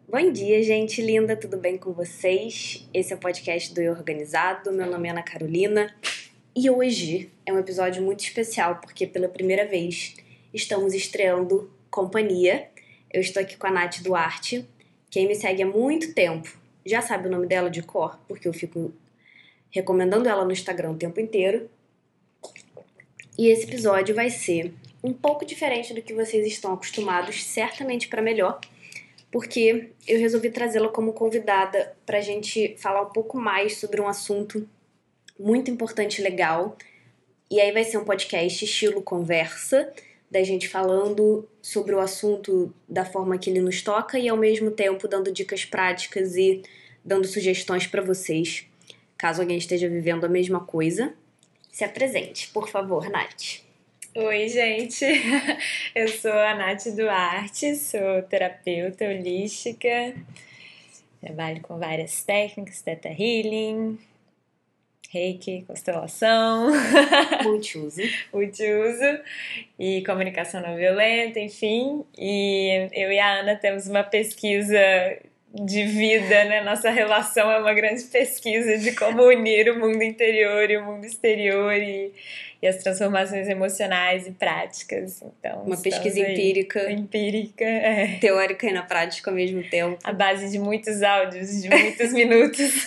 Bom dia, gente linda, tudo bem com vocês? Esse é o podcast do Eu Organizado, meu nome é Ana Carolina e hoje é um episódio muito especial porque pela primeira vez estamos estreando companhia. Eu estou aqui com a Nath Duarte. Quem me segue há muito tempo já sabe o nome dela de cor, porque eu fico recomendando ela no Instagram o tempo inteiro. E esse episódio vai ser um pouco diferente do que vocês estão acostumados, certamente para melhor, porque eu resolvi trazê-la como convidada para a gente falar um pouco mais sobre um assunto muito importante e legal. E aí vai ser um podcast estilo conversa, da gente falando sobre o assunto da forma que ele nos toca e ao mesmo tempo dando dicas práticas e dando sugestões para vocês, caso alguém esteja vivendo a mesma coisa. Se apresente, por favor, Nath. Oi, gente. Eu sou a Nath Duarte, sou terapeuta holística, trabalho com várias técnicas, Theta Healing, Reiki, constelação, Multiuso. multiuso e comunicação não violenta, enfim. E eu e a Ana temos uma pesquisa de vida, né? Nossa relação é uma grande pesquisa de como unir o mundo interior e o mundo exterior e as transformações emocionais e práticas. Então, Uma pesquisa empírica, teórica e na prática ao mesmo tempo. A base de muitos áudios, de muitos minutos.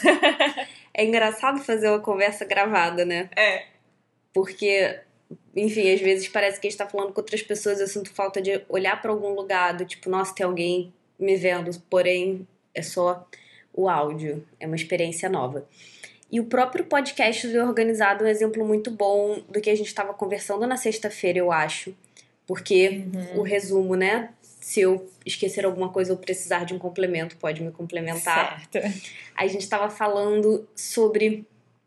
É engraçado fazer uma conversa gravada, né? É. Porque, enfim, às vezes parece que a gente tá falando com outras pessoas, eu sinto falta de olhar pra algum lugar, do tipo, nossa, tem alguém me vendo, porém é só o áudio, é uma experiência nova. E o próprio podcast do Organizado é um exemplo muito bom do que a gente estava conversando na sexta-feira, eu acho. Porque o resumo, né? Se eu esquecer alguma coisa ou precisar de um complemento, pode me complementar. Certo. A gente estava falando sobre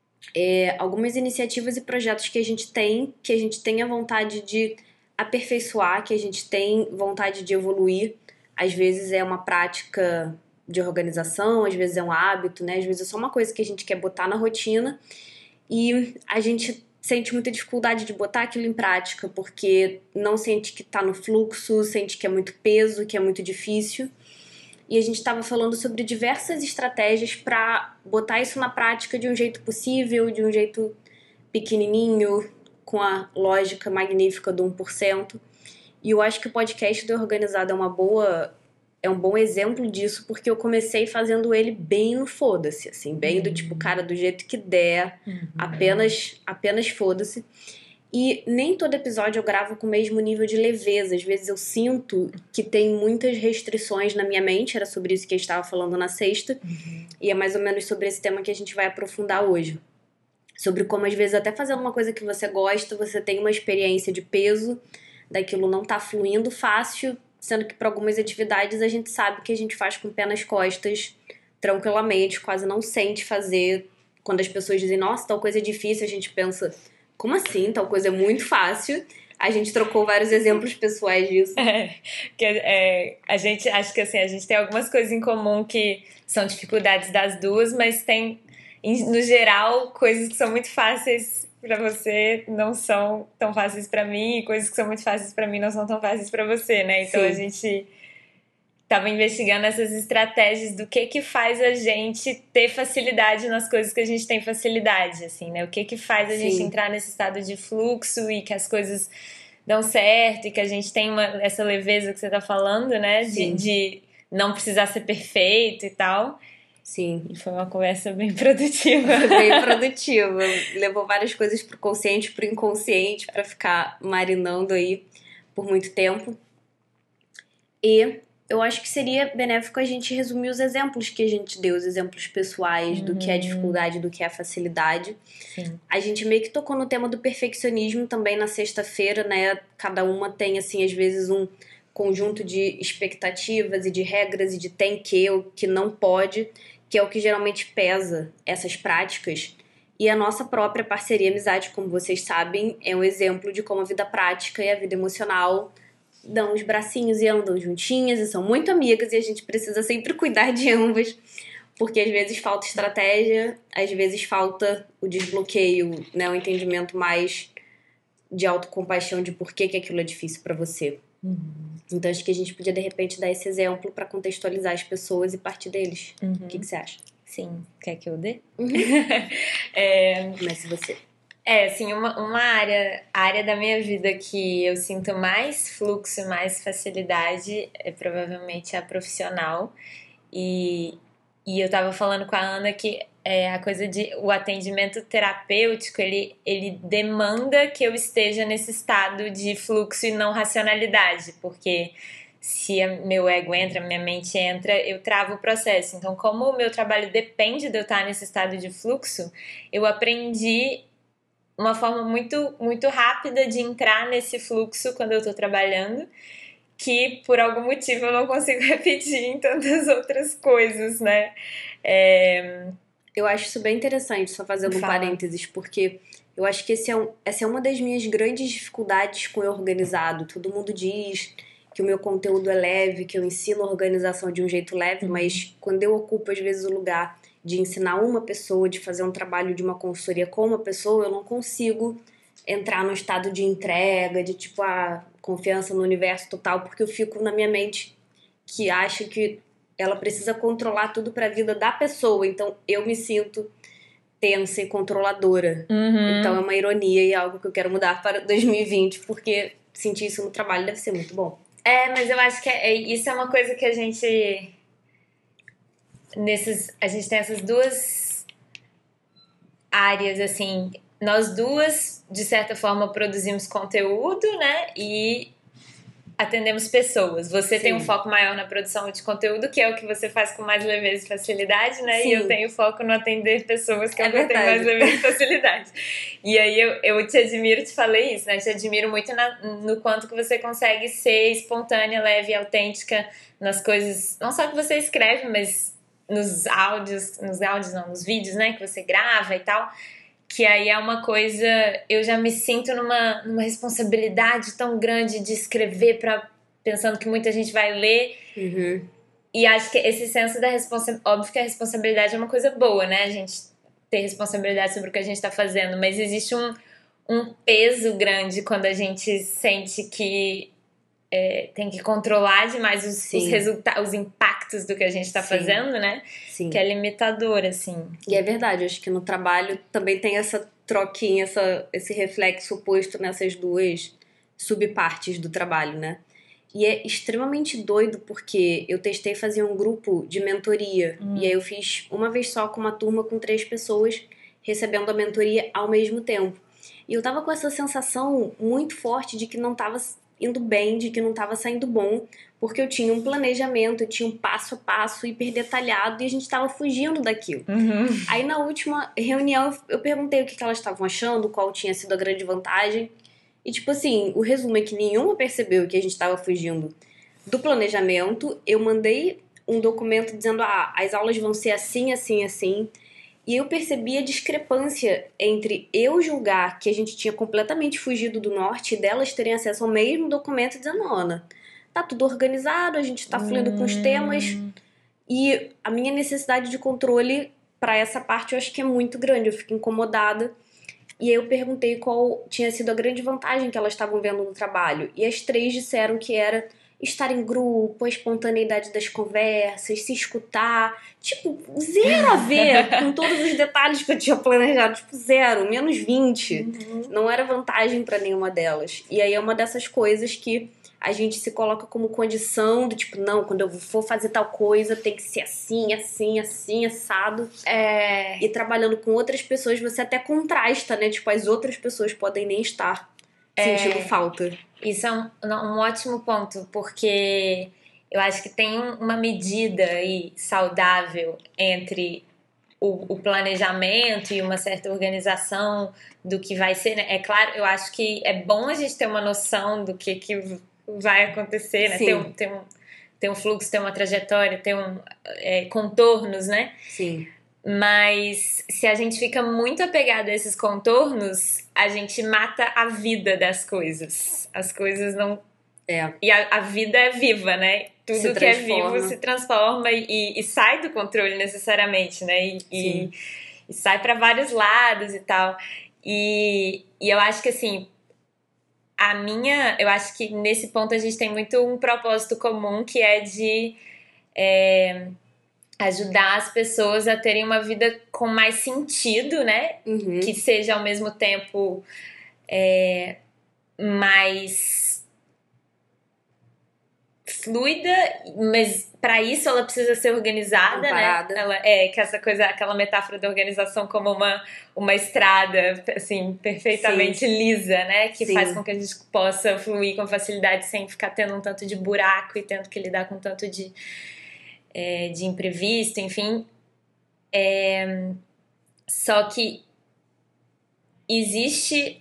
algumas iniciativas e projetos que a gente tem a vontade de aperfeiçoar, que a gente tem vontade de evoluir. Às vezes é uma prática de organização, às vezes é um hábito, né? Às vezes é só uma coisa que a gente quer botar na rotina e a gente sente muita dificuldade de botar aquilo em prática porque não sente que tá no fluxo, sente que é muito peso, que é muito difícil. E a gente estava falando sobre diversas estratégias para botar isso na prática de um jeito possível, de um jeito pequenininho, com a lógica magnífica do 1%. E eu acho que o podcast do Organizado é um bom exemplo disso, porque eu comecei fazendo ele bem no foda-se, assim, bem do tipo, cara, do jeito que der, apenas foda-se. E nem todo episódio eu gravo com o mesmo nível de leveza. Às vezes eu sinto que tem muitas restrições na minha mente. Era sobre isso que a gente estava falando na sexta. E é mais ou menos sobre esse tema que a gente vai aprofundar hoje. Sobre como, às vezes, até fazendo uma coisa que você gosta, você tem uma experiência de peso, daquilo não tá fluindo fácil, sendo que para algumas atividades a gente sabe que a gente faz com o pé nas costas, tranquilamente, quase não sente fazer. Quando as pessoas dizem, nossa, tal coisa é difícil, a gente pensa... Como assim? Tal coisa é muito fácil. A gente trocou vários exemplos pessoais disso. A gente acho que assim, a gente tem algumas coisas em comum que são dificuldades das duas, mas tem, no geral, coisas que são muito fáceis pra você não são tão fáceis pra mim, e coisas que são muito fáceis pra mim não são tão fáceis pra você, né? Então Sim. A gente tava investigando essas estratégias do que faz a gente ter facilidade nas coisas que a gente tem facilidade, assim, né? O que faz a gente entrar nesse estado de fluxo e que as coisas dão certo e que a gente tem essa leveza que você tá falando, né? De não precisar ser perfeito e tal. Sim. E foi uma conversa bem produtiva. Bem produtiva. Levou várias coisas pro consciente, pro inconsciente, pra ficar marinando aí por muito tempo. E... eu acho que seria benéfico a gente resumir os exemplos que a gente deu, os exemplos pessoais do que é a dificuldade, do que é a facilidade. Sim. A gente meio que tocou no tema do perfeccionismo também na sexta-feira, né? Cada uma tem, assim, às vezes um conjunto de expectativas e de regras e de tem que, o que não pode, que é o que geralmente pesa essas práticas. E a nossa própria parceria Amizade, como vocês sabem, é um exemplo de como a vida prática e a vida emocional dão os bracinhos e andam juntinhas e são muito amigas e a gente precisa sempre cuidar de ambas, porque às vezes falta estratégia, às vezes falta o desbloqueio, né, o entendimento mais de autocompaixão de por que aquilo é difícil pra você. Então acho que a gente podia, de repente, dar esse exemplo para contextualizar as pessoas e partir deles. O que você acha? Sim. Quer que eu dê? Comece você. Assim, uma área da minha vida que eu sinto mais fluxo, mais facilidade é provavelmente a profissional. E eu tava falando com a Ana que a coisa de o atendimento terapêutico, ele demanda que eu esteja nesse estado de fluxo e não racionalidade, porque se meu ego entra, minha mente entra, eu travo o processo. Então, como o meu trabalho depende de eu estar nesse estado de fluxo, eu aprendi uma forma muito, muito rápida de entrar nesse fluxo quando eu tô trabalhando, que por algum motivo eu não consigo repetir em tantas outras coisas, né? Eu acho isso bem interessante, só fazendo um parênteses, porque eu acho que essa é uma das minhas grandes dificuldades com o organizado. Todo mundo diz que o meu conteúdo é leve, que eu ensino a organização de um jeito leve, mas quando eu ocupo, às vezes, o lugar de ensinar uma pessoa, de fazer um trabalho de uma consultoria com uma pessoa, eu não consigo entrar no estado de entrega, de tipo, confiança no universo total, porque eu fico na minha mente que acha que ela precisa controlar tudo pra vida da pessoa, então eu me sinto tensa e controladora. Então é uma ironia e algo que eu quero mudar para 2020, porque sentir isso no trabalho deve ser muito bom. Mas eu acho que isso é uma coisa que a gente tem essas duas áreas, assim, nós duas, de certa forma, produzimos conteúdo, né, e atendemos pessoas. Você tem um foco maior na produção de conteúdo, que é o que você faz com mais leveza e facilidade, né? Sim. E eu tenho foco no atender pessoas, que é o que eu tenho mais leveza e facilidade. E aí eu te admiro, te falei isso, né? Te admiro muito no quanto que você consegue ser espontânea, leve e autêntica nas coisas, não só que você escreve, mas nos vídeos, né? Que você grava e tal. Que aí é uma coisa, eu já me sinto numa responsabilidade tão grande de escrever pensando que muita gente vai ler. E acho que esse senso da responsabilidade, óbvio que a responsabilidade é uma coisa boa, né? A gente ter responsabilidade sobre o que a gente tá fazendo, mas existe um peso grande quando a gente sente que tem que controlar demais os resultados, os impactos do que a gente tá fazendo, né? Sim. Que é limitador, assim. E é verdade, acho que no trabalho também tem essa troquinha, esse reflexo oposto nessas duas subpartes do trabalho, né? E é extremamente doido porque eu testei fazer um grupo de mentoria. E aí eu fiz uma vez só com uma turma com 3 pessoas recebendo a mentoria ao mesmo tempo. E eu tava com essa sensação muito forte de que não tava indo bem, de que não tava saindo bom, porque eu tinha um planejamento, eu tinha um passo a passo hiper detalhado e a gente tava fugindo daquilo. Aí na última reunião eu perguntei o que elas estavam achando, qual tinha sido a grande vantagem. E tipo assim, o resumo é que nenhuma percebeu que a gente tava fugindo do planejamento. Eu mandei um documento dizendo, as aulas vão ser assim, assim, assim. E eu percebi a discrepância entre eu julgar que a gente tinha completamente fugido do norte e delas terem acesso ao mesmo documento dizendo, Ana, tá tudo organizado, a gente tá fluindo com os temas. E a minha necessidade de controle pra essa parte eu acho que é muito grande, eu fico incomodada. E aí eu perguntei qual tinha sido a grande vantagem que elas estavam vendo no trabalho. E as 3 disseram que era estar em grupo, a espontaneidade das conversas, se escutar. Tipo, zero a ver com todos os detalhes que eu tinha planejado. Tipo, zero, menos 20. Não era vantagem pra nenhuma delas. E aí é uma dessas coisas que a gente se coloca como condição do tipo, não, quando eu for fazer tal coisa tem que ser assim, assim, assim, assado. E trabalhando com outras pessoas você até contrasta, né? Tipo, as outras pessoas podem nem estar sentindo falta. Isso é um ótimo ponto, porque eu acho que tem uma medida aí saudável entre o planejamento e uma certa organização do que vai ser, né? É claro, eu acho que é bom a gente ter uma noção do que vai acontecer, né? Ter um fluxo, ter uma trajetória, ter contornos, né? Sim. Mas se a gente fica muito apegado a esses contornos, a gente mata a vida das coisas. As coisas não... E a vida é viva, né? Tudo que é vivo se transforma e sai do controle necessariamente, né? E sai para vários lados e tal. E eu acho que, assim, eu acho que nesse ponto a gente tem muito um propósito comum, que é de ajudar as pessoas a terem uma vida com mais sentido, né? Que seja ao mesmo tempo mais fluida, mas para isso ela precisa ser organizada, né? Ela que essa coisa, aquela metáfora da organização como uma estrada assim perfeitamente lisa, né? Que faz com que a gente possa fluir com facilidade sem ficar tendo um tanto de buraco e tendo que lidar com um tanto de imprevisto, enfim. Só que existe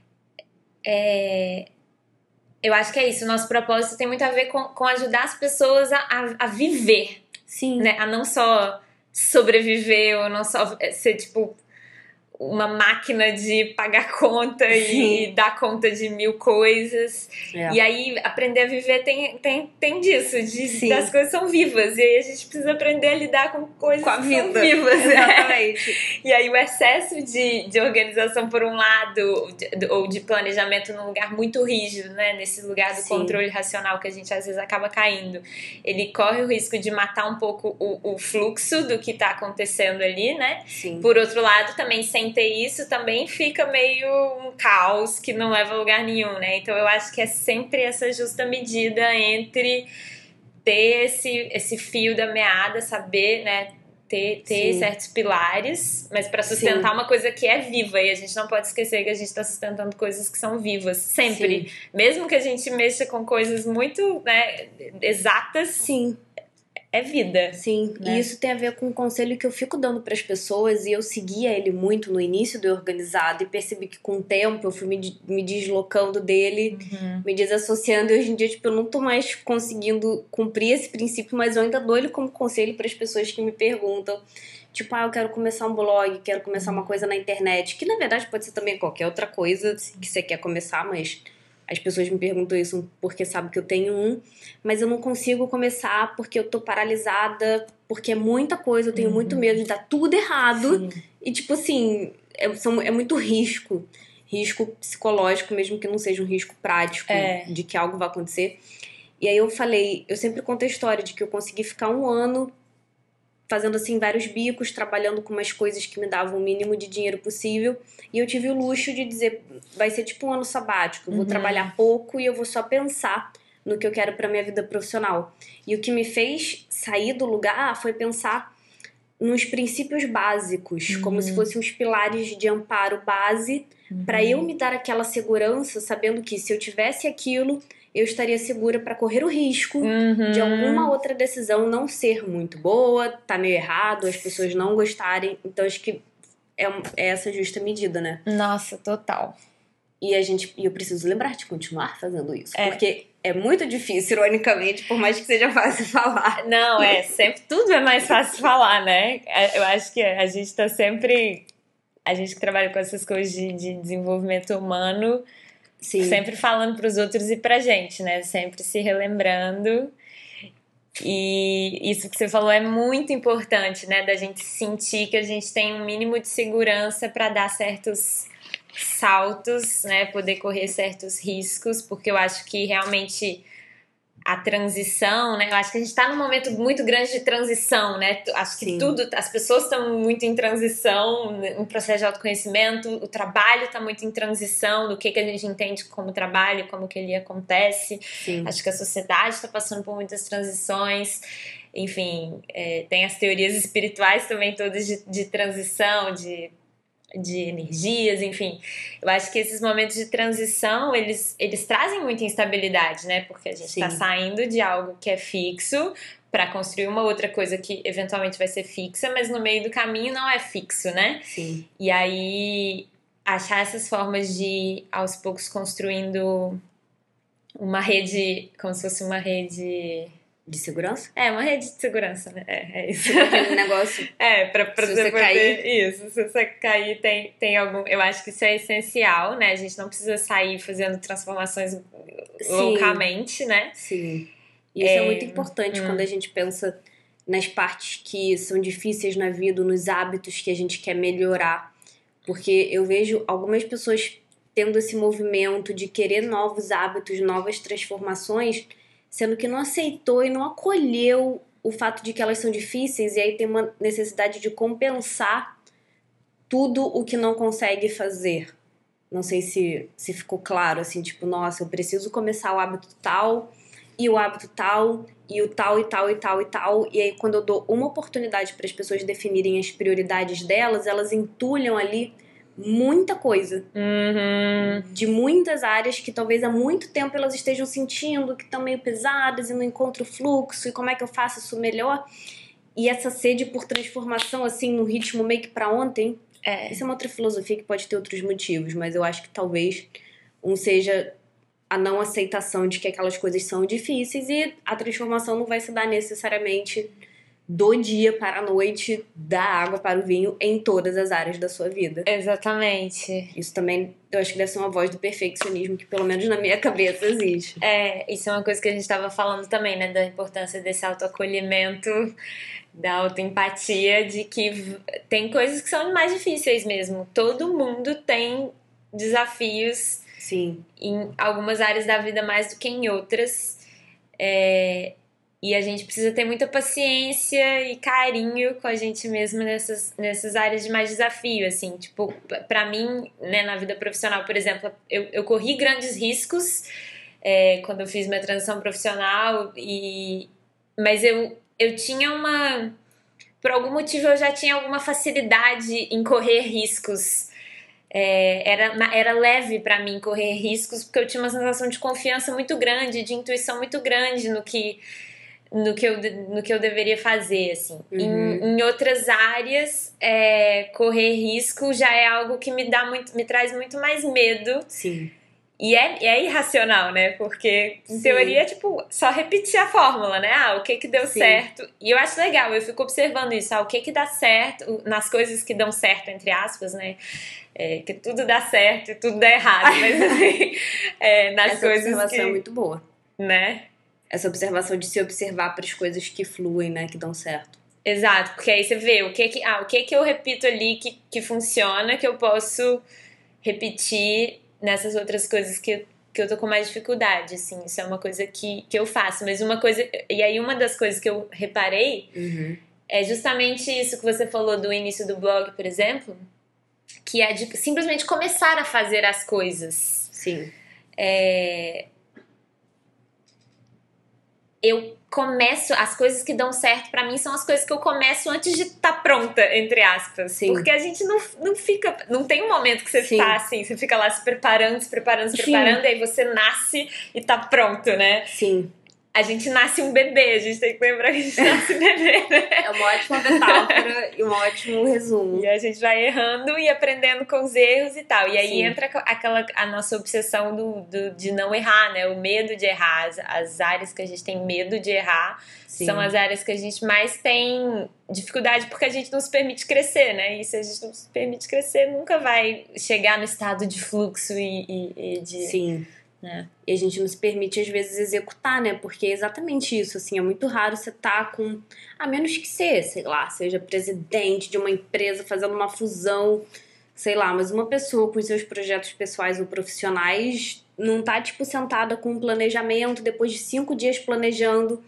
eu acho que é isso, o nosso propósito tem muito a ver com ajudar as pessoas a viver. Sim. Né? A não só sobreviver ou não só ser tipo uma máquina de pagar conta e dar conta de mil coisas. E aí, aprender a viver tem disso, das coisas são vivas. E aí a gente precisa aprender a lidar com coisas com a que vida. são vivas. Exatamente. E aí o excesso de organização por um lado, ou de planejamento num lugar muito rígido, né? Nesse lugar do controle racional que a gente às vezes acaba caindo. Ele corre o risco de matar um pouco o fluxo do que está acontecendo ali, né? Sim. Por outro lado, também sem ter isso, também fica meio um caos que não leva a lugar nenhum, né? Então eu acho que é sempre essa justa medida entre ter esse fio da meada, saber, né? Ter certos pilares, mas para sustentar uma coisa que é viva, e a gente não pode esquecer que a gente está sustentando coisas que são vivas, sempre. Mesmo que a gente mexa com coisas muito, né, exatas, é vida. Sim, né? E isso tem a ver com um conselho que eu fico dando para as pessoas, e eu seguia ele muito no início do Organizado, e percebi que com o tempo eu fui me deslocando dele, me desassociando, e hoje em dia tipo, eu não tô mais conseguindo cumprir esse princípio, mas eu ainda dou ele como conselho para as pessoas que me perguntam. Tipo, eu quero começar um blog, quero começar uma coisa na internet, que na verdade pode ser também qualquer outra coisa que você quer começar, mas as pessoas me perguntam isso porque sabem que eu tenho um, mas eu não consigo começar porque eu tô paralisada, porque é muita coisa, eu tenho muito medo de dar tudo errado. E tipo assim, é muito risco psicológico, mesmo que não seja um risco prático de que algo vai acontecer. E aí eu sempre conto a história de que eu consegui ficar 1 ano fazendo assim vários bicos, trabalhando com umas coisas que me davam o mínimo de dinheiro possível, e eu tive o luxo de dizer, vai ser tipo um ano sabático, eu vou trabalhar pouco e eu vou só pensar no que eu quero pra minha vida profissional. E o que me fez sair do lugar foi pensar nos princípios básicos, como se fossem os pilares de amparo base, pra eu me dar aquela segurança, sabendo que se eu tivesse aquilo, eu estaria segura para correr o risco de alguma outra decisão não ser muito boa, tá meio errado, as pessoas não gostarem. Então acho que é essa justa medida, né? Nossa, total. E eu preciso lembrar de continuar fazendo isso, porque é muito difícil, ironicamente, por mais que seja fácil falar. Não, sempre tudo é mais fácil falar, né? Eu acho que a gente tá sempre, a gente que trabalha com essas coisas de desenvolvimento humano, sempre falando pros outros e pra gente, né? Sempre se relembrando. E isso que você falou é muito importante, né? Da gente sentir que a gente tem um mínimo de segurança para dar certos saltos, né? Poder correr certos riscos, porque eu acho que realmente a transição, né? Eu acho que a gente tá num momento muito grande de transição, né? Acho que as pessoas estão muito em transição, no processo de autoconhecimento, o trabalho tá muito em transição do que a gente entende como trabalho, como que ele acontece. Acho que a sociedade tá passando por muitas transições. Enfim, tem as teorias espirituais também todas de transição, de energias, enfim. Eu acho que esses momentos de transição, eles trazem muita instabilidade, né? Porque a gente está saindo de algo que é fixo para construir uma outra coisa que eventualmente vai ser fixa, mas no meio do caminho não é fixo, né? E aí, achar essas formas de, aos poucos, construindo uma rede, como se fosse uma rede... De segurança? Uma rede de segurança, né? É isso. Aquele negócio. Pra se você poder... cair. Isso, se você cair, tem algum. Eu acho que isso é essencial, né? A gente não precisa sair fazendo transformações loucamente, né? Sim. E isso é muito importante quando a gente pensa nas partes que são difíceis na vida, nos hábitos que a gente quer melhorar. Porque eu vejo algumas pessoas tendo esse movimento de querer novos hábitos, novas transformações, sendo que não aceitou e não acolheu o fato de que elas são difíceis e aí tem uma necessidade de compensar tudo o que não consegue fazer. Não sei se ficou claro, assim, tipo, nossa, eu preciso começar o hábito tal, e o hábito tal, e o tal, e tal, e tal, e tal. E aí, quando eu dou uma oportunidade para as pessoas definirem as prioridades delas, elas entulham ali muita coisa. De muitas áreas que talvez há muito tempo elas estejam sentindo que estão meio pesadas e não encontro fluxo, e como é que eu faço isso melhor? E essa sede por transformação, assim, no ritmo meio que pra ontem, isso é uma outra filosofia que pode ter outros motivos, mas eu acho que talvez um seja a não aceitação de que aquelas coisas são difíceis e a transformação não vai se dar necessariamente do dia para a noite, da água para o vinho, em todas as áreas da sua vida. Exatamente. Isso também, eu acho que deve ser uma voz do perfeccionismo que pelo menos na minha cabeça existe. Isso é uma coisa que a gente estava falando também, né? Da importância desse autoacolhimento, da autoempatia, de que tem coisas que são mais difíceis mesmo. Todo mundo tem desafios. Sim. Em algumas áreas da vida mais do que em outras. E a gente precisa ter muita paciência e carinho com a gente mesmo nessas áreas de mais desafio, assim. Tipo, pra mim, né, na vida profissional, por exemplo, eu corri grandes riscos quando eu fiz minha transição profissional, mas eu tinha por algum motivo eu já tinha alguma facilidade em correr riscos. Era leve pra mim correr riscos, porque eu tinha uma sensação de confiança muito grande, de intuição muito grande no que eu deveria fazer, assim. Em outras áreas, correr risco já é algo que me traz muito mais medo. Sim. E é irracional, né? Porque, em teoria, é tipo, só repetir a fórmula, né? O que deu certo. E eu acho legal, eu fico observando isso. O que dá certo, nas coisas que dão certo, entre aspas, né? Que tudo dá certo e tudo dá errado. Mas, assim, nas essa coisas observação é muito boa. Né? Essa observação de se observar para as coisas que fluem, né? Que dão certo. Exato, porque aí você vê o que eu repito ali que funciona, que eu posso repetir nessas outras coisas que eu tô com mais dificuldade, assim. Isso é uma coisa que eu faço. Mas e aí uma das coisas que eu reparei é justamente isso que você falou do início do blog, por exemplo, que é de simplesmente começar a fazer as coisas. Sim. Eu começo, as coisas que dão certo pra mim são as coisas que eu começo antes de estar pronta, entre aspas. Sim. Porque a gente não fica, não tem um momento que você tá assim, você fica lá se preparando, e aí você nasce e tá pronto, né? Sim. A gente nasce um bebê, a gente tem que lembrar que a gente nasce bebê, né? É uma ótima metáfora e um ótimo resumo. E a gente vai errando e aprendendo com os erros e tal. E aí entra a nossa obsessão de não errar, né? O medo de errar. As áreas que a gente tem medo de errar são as áreas que a gente mais tem dificuldade, porque a gente não se permite crescer, né? E se a gente não se permite crescer, nunca vai chegar no estado de fluxo e de... Sim. E a gente não se permite, às vezes, executar, né? Porque é exatamente isso, assim, é muito raro você estar com... A menos que você, sei lá, seja presidente de uma empresa fazendo uma fusão, sei lá, mas uma pessoa com seus projetos pessoais ou profissionais não tá, tipo, sentada com um planejamento, depois de 5 dias planejando,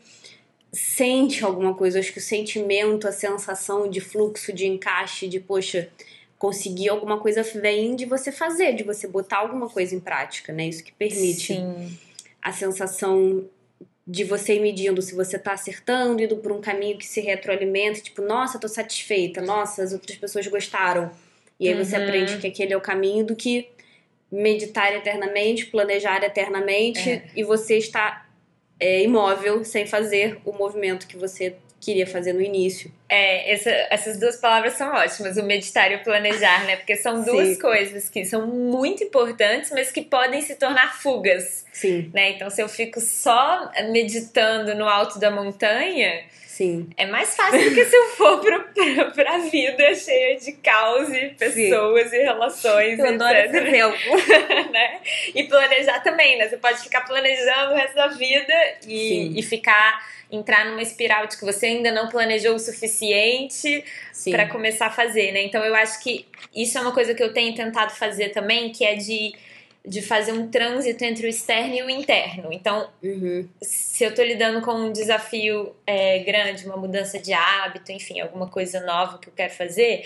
sente alguma coisa. Eu acho que o sentimento, a sensação de fluxo, de encaixe, de, poxa... conseguir alguma coisa vem de você fazer, de você botar alguma coisa em prática, né? Isso que permite a sensação de você ir medindo se você tá acertando, indo por um caminho que se retroalimenta, tipo, nossa, tô satisfeita, nossa, as outras pessoas gostaram. E aí você aprende que aquele é o caminho, do que meditar eternamente, planejar eternamente e você está imóvel sem fazer o movimento que você queria fazer no início. Essas duas palavras são ótimas, o meditar e o planejar, né? Porque são duas coisas que são muito importantes, mas que podem se tornar fugas. Sim. Né? Então, se eu fico só meditando no alto da montanha, é mais fácil do que se eu for pra vida cheia de caos e pessoas e relações, eu adoro esse exemplo. Né? E planejar também, né? Você pode ficar planejando o resto da vida e entrar numa espiral de que você ainda não planejou o suficiente pra começar a fazer, né? Então eu acho que isso é uma coisa que eu tenho tentado fazer também, que é de de fazer um trânsito entre o externo e o interno. Então, se eu tô lidando com um desafio grande, uma mudança de hábito, enfim, alguma coisa nova que eu quero fazer,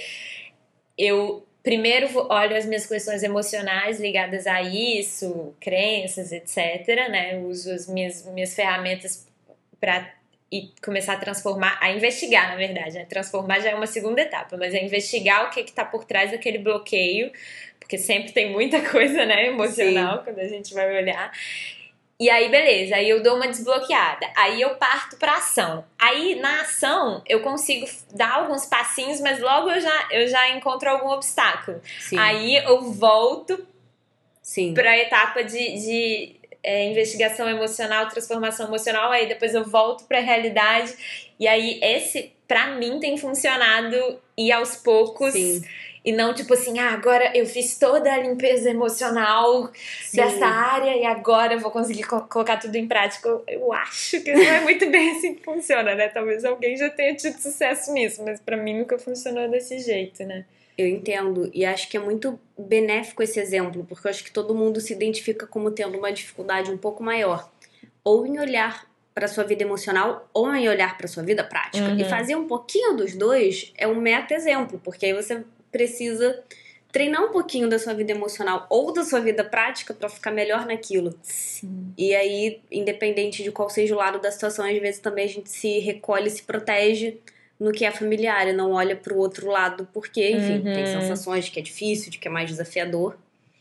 eu primeiro olho as minhas questões emocionais ligadas a isso, crenças, etc, né? Eu uso as minhas ferramentas para começar a transformar, a investigar, na verdade, né? Transformar já é uma segunda etapa, mas é investigar o que tá por trás daquele bloqueio, porque sempre tem muita coisa, né, emocional. Sim. Quando a gente vai olhar. E aí, beleza, aí eu dou uma desbloqueada, aí eu parto pra ação. Aí, na ação, eu consigo dar alguns passinhos, mas logo eu já encontro algum obstáculo. Sim. Aí eu volto pra etapa de investigação emocional, transformação emocional, aí depois eu volto pra realidade. E aí, esse, pra mim, tem funcionado ir aos poucos. Sim. E não tipo assim, agora eu fiz toda a limpeza emocional dessa área e agora eu vou conseguir colocar tudo em prática. Eu acho que não é muito bem assim que funciona, né? Talvez alguém já tenha tido sucesso nisso, mas pra mim nunca funcionou desse jeito, né? Eu entendo, e acho que é muito benéfico esse exemplo, porque eu acho que todo mundo se identifica como tendo uma dificuldade um pouco maior, ou em olhar para sua vida emocional ou em olhar para sua vida prática. E fazer um pouquinho dos dois é um meta-exemplo, porque aí você precisa treinar um pouquinho da sua vida emocional ou da sua vida prática para ficar melhor naquilo. Sim. E aí, independente de qual seja o lado da situação, às vezes também a gente se recolhe, se protege no que é familiar e não olha pro outro lado, porque, enfim, tem sensações de que é difícil, de que é mais desafiador.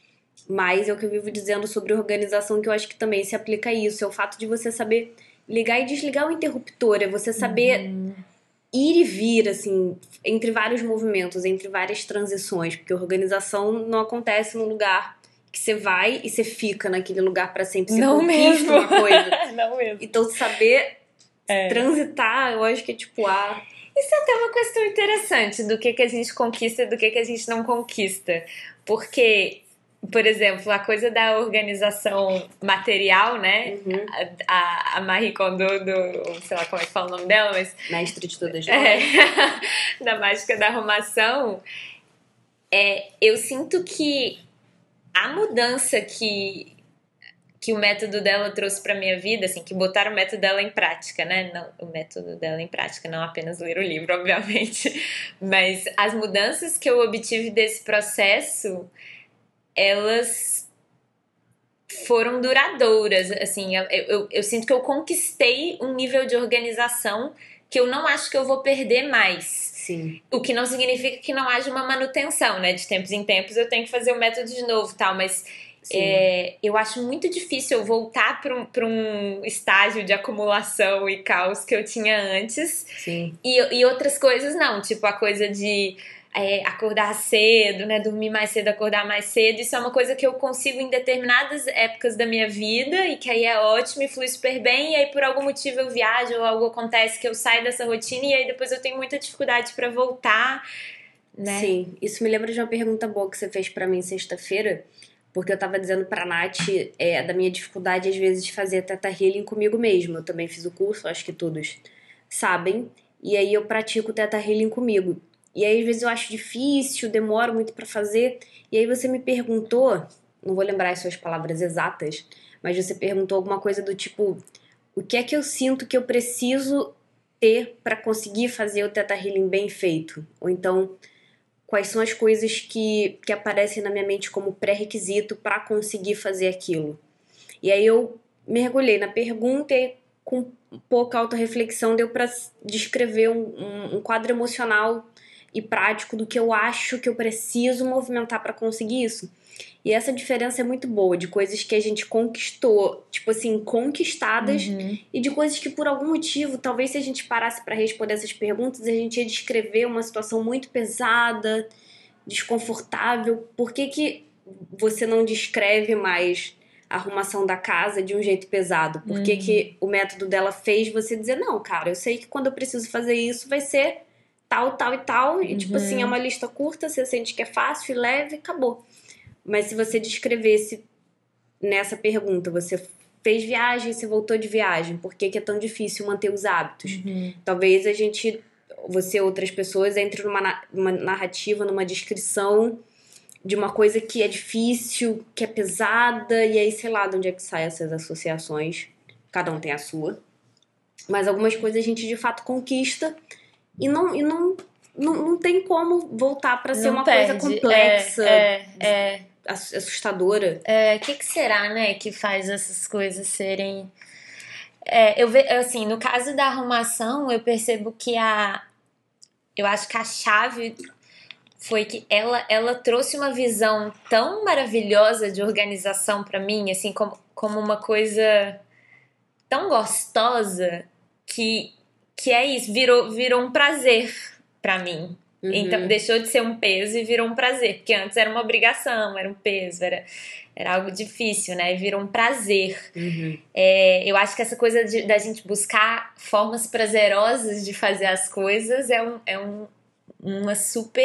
Mas é o que eu vivo dizendo sobre organização, que eu acho que também se aplica a isso. É o fato de você saber ligar e desligar o interruptor, é você saber ir e vir, assim, entre vários movimentos, entre várias transições, porque a organização não acontece num lugar que você vai e você fica naquele lugar pra sempre, você conquista uma coisa. Não mesmo. Então, saber transitar, eu acho que é tipo, Isso é até uma questão interessante do que a gente conquista e do que a gente não conquista. Porque, por exemplo, a coisa da organização material, né? A Marie Kondo, sei lá como é que fala o nome dela, mas... Mestre de todas as da mágica da arrumação. Eu sinto que a mudança que o método dela trouxe pra minha vida, assim, que botaram o método dela em prática, né? Não, o método dela em prática, não apenas ler o livro, obviamente. Mas as mudanças que eu obtive desse processo, elas foram duradouras, assim. Eu sinto que eu conquistei um nível de organização que eu não acho que eu vou perder mais. Sim. O que não significa que não haja uma manutenção, né? De tempos em tempos eu tenho que fazer o método de novo, tal, mas... eu acho muito difícil eu voltar para um estágio de acumulação e caos que eu tinha antes. Sim. E outras coisas não, tipo a coisa de acordar cedo, né, dormir mais cedo, acordar mais cedo. Isso é uma coisa que eu consigo em determinadas épocas da minha vida e que aí é ótimo e flui super bem. E aí por algum motivo eu viajo ou algo acontece que eu saio dessa rotina e aí depois eu tenho muita dificuldade para voltar, né? Sim, isso me lembra de uma pergunta boa que você fez para mim sexta-feira. Porque eu tava dizendo pra Nath da minha dificuldade, às vezes, de fazer Theta Healing comigo mesma. Eu também fiz o curso, acho que todos sabem. E aí eu pratico Theta Healing comigo. E aí, às vezes, eu acho difícil, demoro muito pra fazer. E aí você me perguntou, não vou lembrar as suas palavras exatas, mas você perguntou alguma coisa do tipo, o que é que eu sinto que eu preciso ter pra conseguir fazer o Theta Healing bem feito? Ou então... quais são as coisas que aparecem na minha mente como pré-requisito para conseguir fazer aquilo. E aí eu mergulhei na pergunta e com pouca autorreflexão deu para descrever um quadro emocional e prático do que eu acho que eu preciso movimentar para conseguir isso. E essa diferença é muito boa, de coisas que a gente conquistou, tipo assim, conquistadas, e de coisas que por algum motivo, talvez se a gente parasse para responder essas perguntas, a gente ia descrever uma situação muito pesada, desconfortável. Por que você não descreve mais a arrumação da casa de um jeito pesado? Por que o método dela fez você dizer, não, cara, eu sei que quando eu preciso fazer isso vai ser tal, tal e tal, e tipo assim, é uma lista curta, você sente que é fácil, leve, acabou. Mas se você descrevesse nessa pergunta, você fez viagem, você voltou de viagem, por que é tão difícil manter os hábitos? Talvez você e outras pessoas entrem numa narrativa, numa descrição de uma coisa que é difícil, que é pesada, e aí sei lá de onde é que saem essas associações. Cada um tem a sua. Mas algumas coisas a gente de fato conquista e não tem como voltar pra ser Não uma perde. coisa complexa, assustadora. O que será, né, que faz essas coisas serem... assim, no caso da arrumação, eu percebo que eu acho que a chave foi que ela trouxe uma visão tão maravilhosa de organização pra mim, assim, como uma coisa tão gostosa que é isso, virou um prazer pra mim. Então, deixou de ser um peso e virou um prazer, porque antes era uma obrigação, era um peso, era algo difícil, né? E virou um prazer. Eu acho que essa coisa da gente buscar formas prazerosas de fazer as coisas um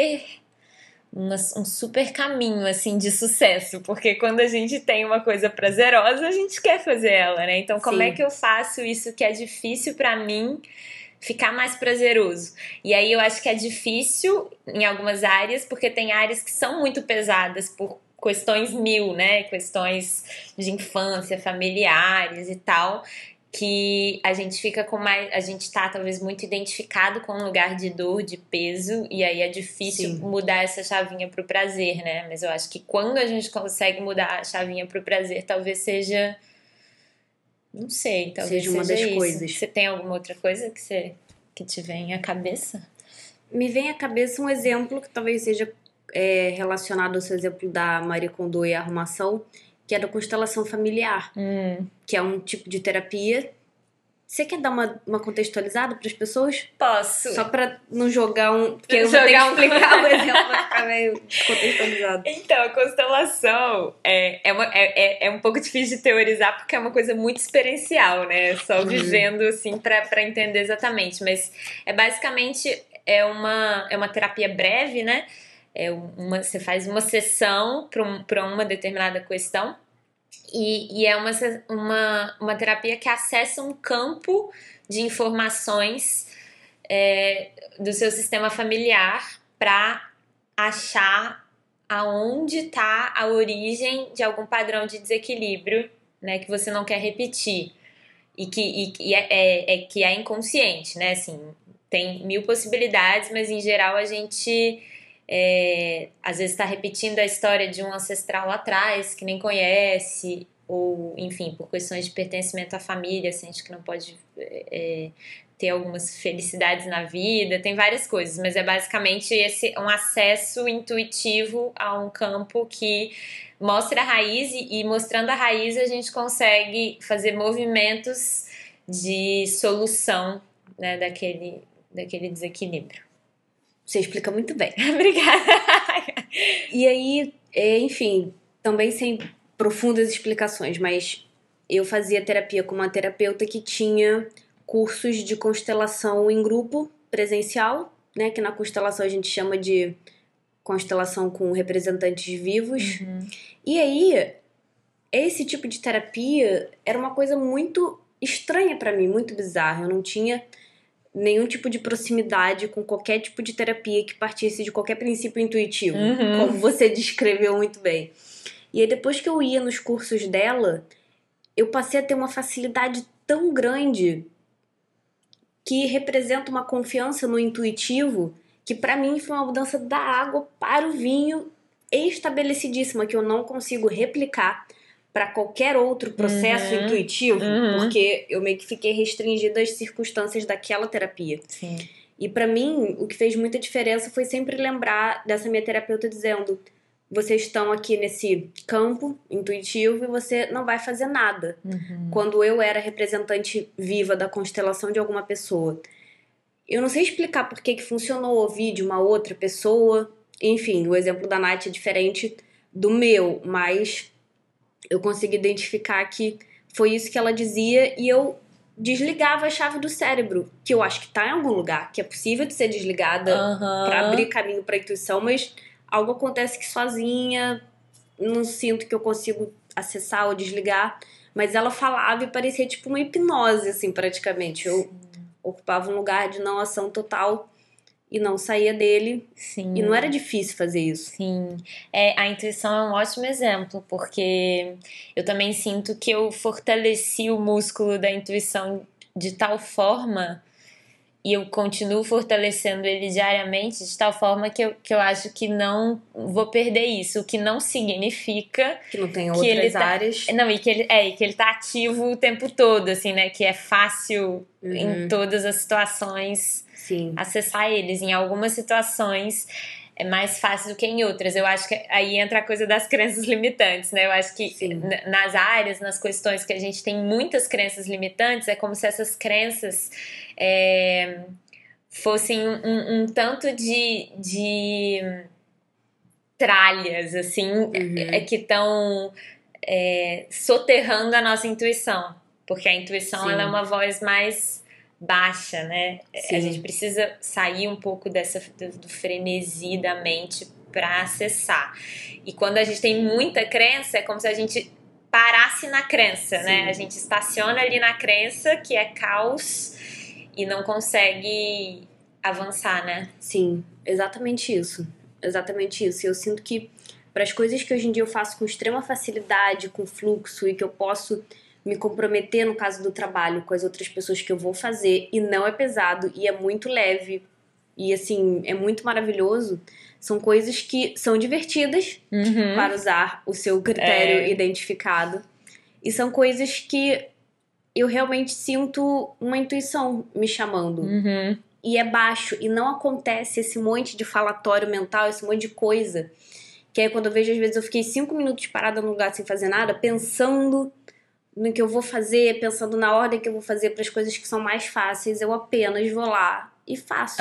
super caminho, assim, de sucesso, porque quando a gente tem uma coisa prazerosa, a gente quer fazer ela, né? Então, como é que eu faço isso que é difícil pra mim ficar mais prazeroso? E aí eu acho que é difícil em algumas áreas, porque tem áreas que são muito pesadas por questões né? Questões de infância, familiares e tal, que a gente fica a gente tá talvez muito identificado com um lugar de dor, de peso, e aí é difícil mudar essa chavinha pro prazer, né? Mas eu acho que quando a gente consegue mudar a chavinha pro prazer, talvez seja... Não sei, talvez seja uma das isso. coisas. Você tem alguma outra coisa que te vem à cabeça? Me vem à cabeça um exemplo que talvez seja relacionado ao seu exemplo da Marie Kondo e a arrumação, que é da constelação familiar, que é um tipo de terapia. Você quer dar uma contextualizada para as pessoas? Posso. Só para não jogar porque eu vou ter que explicar o exemplo pra ficar meio contextualizado. Então, a constelação é um pouco difícil de teorizar porque é uma coisa muito experiencial, né? Só vivendo, assim, para entender exatamente. Mas basicamente uma terapia breve, né? Você faz uma sessão para uma determinada questão. E é uma terapia que acessa um campo de informações do seu sistema familiar para achar aonde está a origem de algum padrão de desequilíbrio, né, que você não quer repetir e que é inconsciente, né? Assim, tem 1000 possibilidades, mas em geral a gente às vezes está repetindo a história de um ancestral lá atrás que nem conhece, ou enfim, por questões de pertencimento à família, sente que não pode ter algumas felicidades na vida, tem várias coisas, mas é basicamente um acesso intuitivo a um campo que mostra a raiz, e mostrando a raiz a gente consegue fazer movimentos de solução, né, daquele desequilíbrio. Você explica muito bem. Obrigada. E aí, enfim, também sem profundas explicações, mas eu fazia terapia com uma terapeuta que tinha cursos de constelação em grupo, presencial, né? Que na constelação a gente chama de constelação com representantes vivos. E aí, esse tipo de terapia era uma coisa muito estranha pra mim, muito bizarra. Eu não tinha nenhum tipo de proximidade com qualquer tipo de terapia que partisse de qualquer princípio intuitivo, como você descreveu muito bem. E aí depois que eu ia nos cursos dela, eu passei a ter uma facilidade tão grande que representa uma confiança no intuitivo que pra mim foi uma mudança da água para o vinho estabelecidíssima, que eu não consigo replicar para qualquer outro processo intuitivo, porque eu meio que fiquei restringida às circunstâncias daquela terapia. Sim. E pra mim, o que fez muita diferença foi sempre lembrar dessa minha terapeuta dizendo: vocês estão aqui nesse campo intuitivo e você não vai fazer nada. Quando eu era representante viva da constelação de alguma pessoa, eu não sei explicar por que funcionou ouvir de uma outra pessoa. Enfim, o exemplo da Nath é diferente do meu, mas eu consegui identificar que foi isso que ela dizia e eu desligava a chave do cérebro, que eu acho que tá em algum lugar, que é possível de ser desligada pra abrir caminho pra intuição, mas algo acontece que sozinha não sinto que eu consigo acessar ou desligar. Mas ela falava e parecia tipo uma hipnose, assim, praticamente. Eu ocupava um lugar de não ação total e não saía dele. Sim. E não era difícil fazer isso. Sim. A intuição é um ótimo exemplo, porque eu também sinto que eu fortaleci o músculo da intuição de tal forma, e eu continuo fortalecendo ele diariamente, de tal forma que eu acho que não vou perder isso, o que não significa que não tem que outras ele áreas. Não, e que ele tá ativo o tempo todo, assim, né? Que é fácil em todas as situações acessar eles. Em algumas situações é mais fácil do que em outras. Eu acho que aí entra a coisa das crenças limitantes, né? Eu acho que nas áreas, nas questões que a gente tem muitas crenças limitantes, é como se essas crenças fossem um tanto de tralhas, assim, que estão soterrando a nossa intuição. Porque a intuição ela é uma voz mais baixa, né? A gente precisa sair um pouco do frenesi da mente para acessar. E quando a gente tem muita crença, é como se a gente parasse na crença, né? A gente estaciona ali na crença, que é caos, e não consegue avançar, né? Sim, exatamente isso. Exatamente isso. E eu sinto que para as coisas que hoje em dia eu faço com extrema facilidade, com fluxo, e que eu posso me comprometer, no caso do trabalho, com as outras pessoas que eu vou fazer, e não é pesado, e é muito leve, e assim, é muito maravilhoso, são coisas que são divertidas para usar o seu critério identificado, e são coisas que eu realmente sinto uma intuição me chamando. E é baixo, e não acontece esse monte de falatório mental, esse monte de coisa. Que aí quando eu vejo, às vezes eu fiquei 5 minutos parada num lugar sem fazer nada, pensando no que eu vou fazer, pensando na ordem que eu vou fazer para as coisas que são mais fáceis, eu apenas vou lá e faço.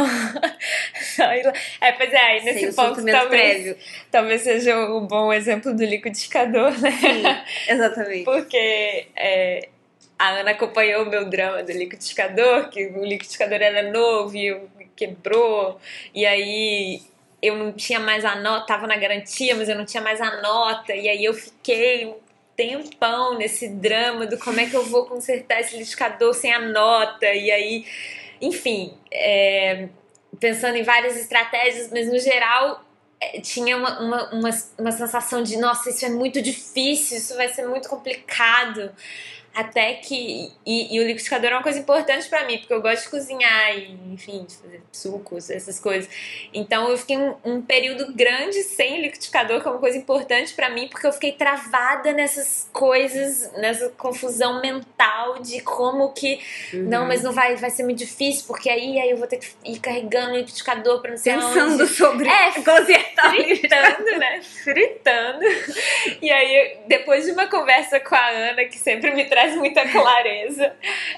Pois é, aí nesse ponto talvez seja um bom exemplo do liquidificador, né? Sim, exatamente. Porque a Ana acompanhou o meu drama do liquidificador, que o liquidificador era novo e quebrou, e aí eu não tinha mais a nota, tava na garantia, mas eu não tinha mais a nota, e aí eu fiquei um tempão nesse drama do como é que eu vou consertar esse liquidificador sem a nota, e aí, enfim, pensando em várias estratégias, mas no geral tinha uma sensação de, nossa, isso é muito difícil, isso vai ser muito complicado. Até que... E o liquidificador é uma coisa importante pra mim, porque eu gosto de cozinhar e, enfim, de fazer sucos, essas coisas. Então eu fiquei um período grande sem liquidificador, que é uma coisa importante pra mim, porque eu fiquei travada nessas coisas, nessa confusão mental de como que... Não, mas não vai ser muito difícil, porque aí eu vou ter que ir carregando o liquidificador pra não sei onde. Pensando sobre consertar fritando, né? Fritando. E aí, depois de uma conversa com a Ana, que sempre me traz muita clareza,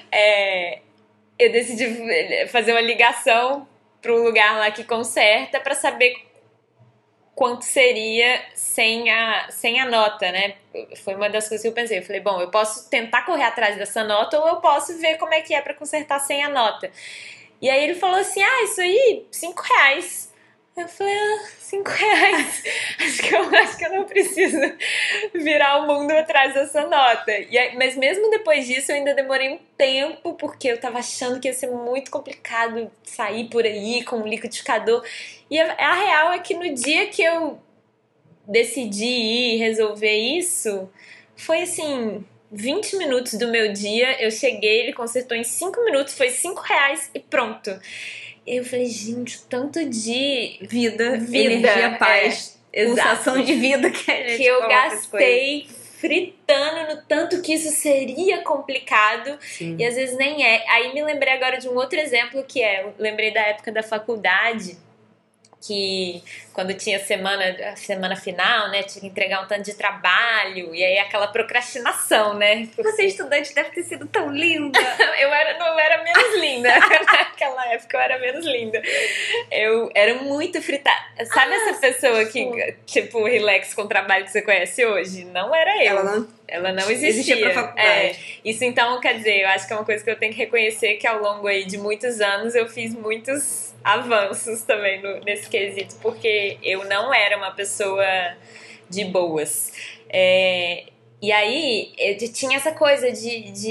eu decidi fazer uma ligação para um lugar lá que conserta para saber quanto seria sem a nota, né? Foi uma das coisas que eu pensei. Eu falei, bom, eu posso tentar correr atrás dessa nota ou eu posso ver como é que é para consertar sem a nota. E aí ele falou assim, isso aí, R$5. Eu falei, R$5. Acho que eu não preciso virar o mundo atrás dessa nota. Mas mesmo depois disso, eu ainda demorei um tempo, porque eu tava achando que ia ser muito complicado sair por aí com um liquidificador. E a real é que no dia que eu decidi ir resolver isso, foi assim... 20 minutos do meu dia, eu cheguei, ele consertou em 5 minutos, foi R$5 e pronto. Eu falei, gente, o tanto de vida, energia, paz, pulsação de vida que eu gastei fritando no tanto que isso seria complicado. Sim. E às vezes nem é. Aí me lembrei agora de um outro exemplo eu lembrei da época da faculdade, que quando tinha a semana final, né, tinha que entregar um tanto de trabalho, e aí aquela procrastinação, né? Você estudante deve ter sido tão linda. Não era menos linda. Naquela época eu era menos linda. Eu era muito fritada. Sabe essa pessoa que, tipo, relax com o trabalho que você conhece hoje? Não era eu. Ela não existia pra faculdade. Isso então, quer dizer, eu acho que é uma coisa que eu tenho que reconhecer, que ao longo aí de muitos anos eu fiz muitos avanços também nesse quesito, porque eu não era uma pessoa de boas. E aí eu tinha essa coisa de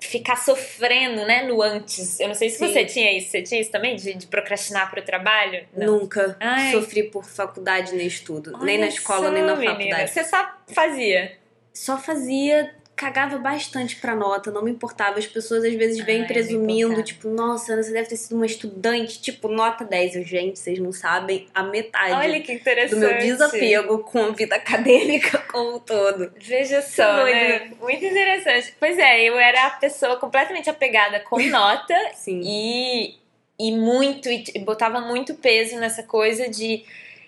ficar sofrendo, né, no antes. Eu não sei se você tinha isso. Você tinha isso também, de procrastinar pro trabalho? Não. Nunca sofri por faculdade nem estudo. Nem na escola, nem na faculdade. Menina. Você só fazia? Só fazia, cagava bastante pra nota, não me importava. As pessoas às vezes vêm presumindo, tipo, nossa, você deve ter sido uma estudante, tipo, nota 10. Eu, gente, vocês não sabem a metade Olha que interessante. do meu desapego com a vida acadêmica como um todo. Veja só, né? Muito interessante. Pois é, eu era a pessoa completamente apegada com nota. Sim. E botava muito peso nessa coisa de...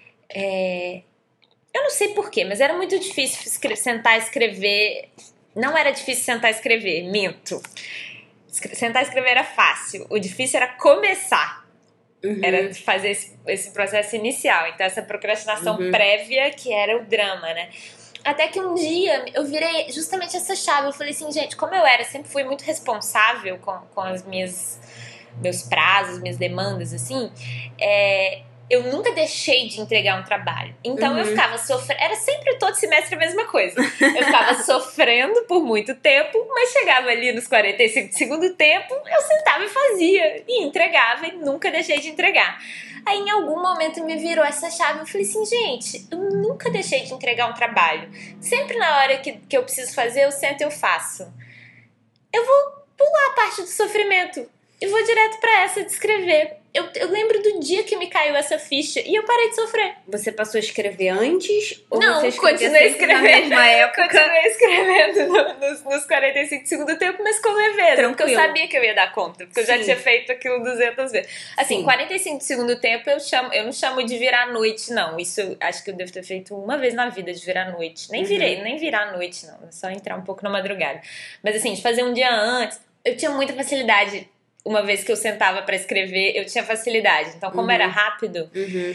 Eu não sei porquê, mas era muito difícil sentar e escrever. Não era difícil sentar e escrever, minto. Sentar e escrever era fácil. O difícil era começar. Era fazer esse processo inicial. Então, essa procrastinação prévia que era o drama, né? Até que um dia eu virei justamente essa chave. Eu falei assim, gente, como eu sempre fui muito responsável com as meus prazos, minhas demandas, assim, eu nunca deixei de entregar um trabalho. Então eu ficava sofrendo. Era sempre todo semestre a mesma coisa. Eu ficava sofrendo por muito tempo, mas chegava ali nos 45 do segundo tempo, eu sentava e fazia. E entregava e nunca deixei de entregar. Aí em algum momento me virou essa chave. Eu falei assim, gente, eu nunca deixei de entregar um trabalho. Sempre na hora que eu preciso fazer, eu sento e eu faço. Eu vou pular a parte do sofrimento e vou direto pra essa de escrever. Eu lembro do dia que me caiu essa ficha e eu parei de sofrer. Você passou a escrever antes? Ou não, você continuei escrevendo na mesma época? Continuei escrevendo nos 45 segundos do tempo, mas com leveza. Tranquilo. Porque eu sabia que eu ia dar conta. Porque eu já tinha feito aquilo 200 vezes. Assim, 45 do segundo tempo eu não chamo de virar noite, não. Isso acho que eu devo ter feito uma vez na vida, de virar noite. Nem virar noite, não. É só entrar um pouco na madrugada. Mas assim, de fazer um dia antes, eu tinha muita facilidade. Uma vez que eu sentava pra escrever, eu tinha facilidade. Então, como era rápido...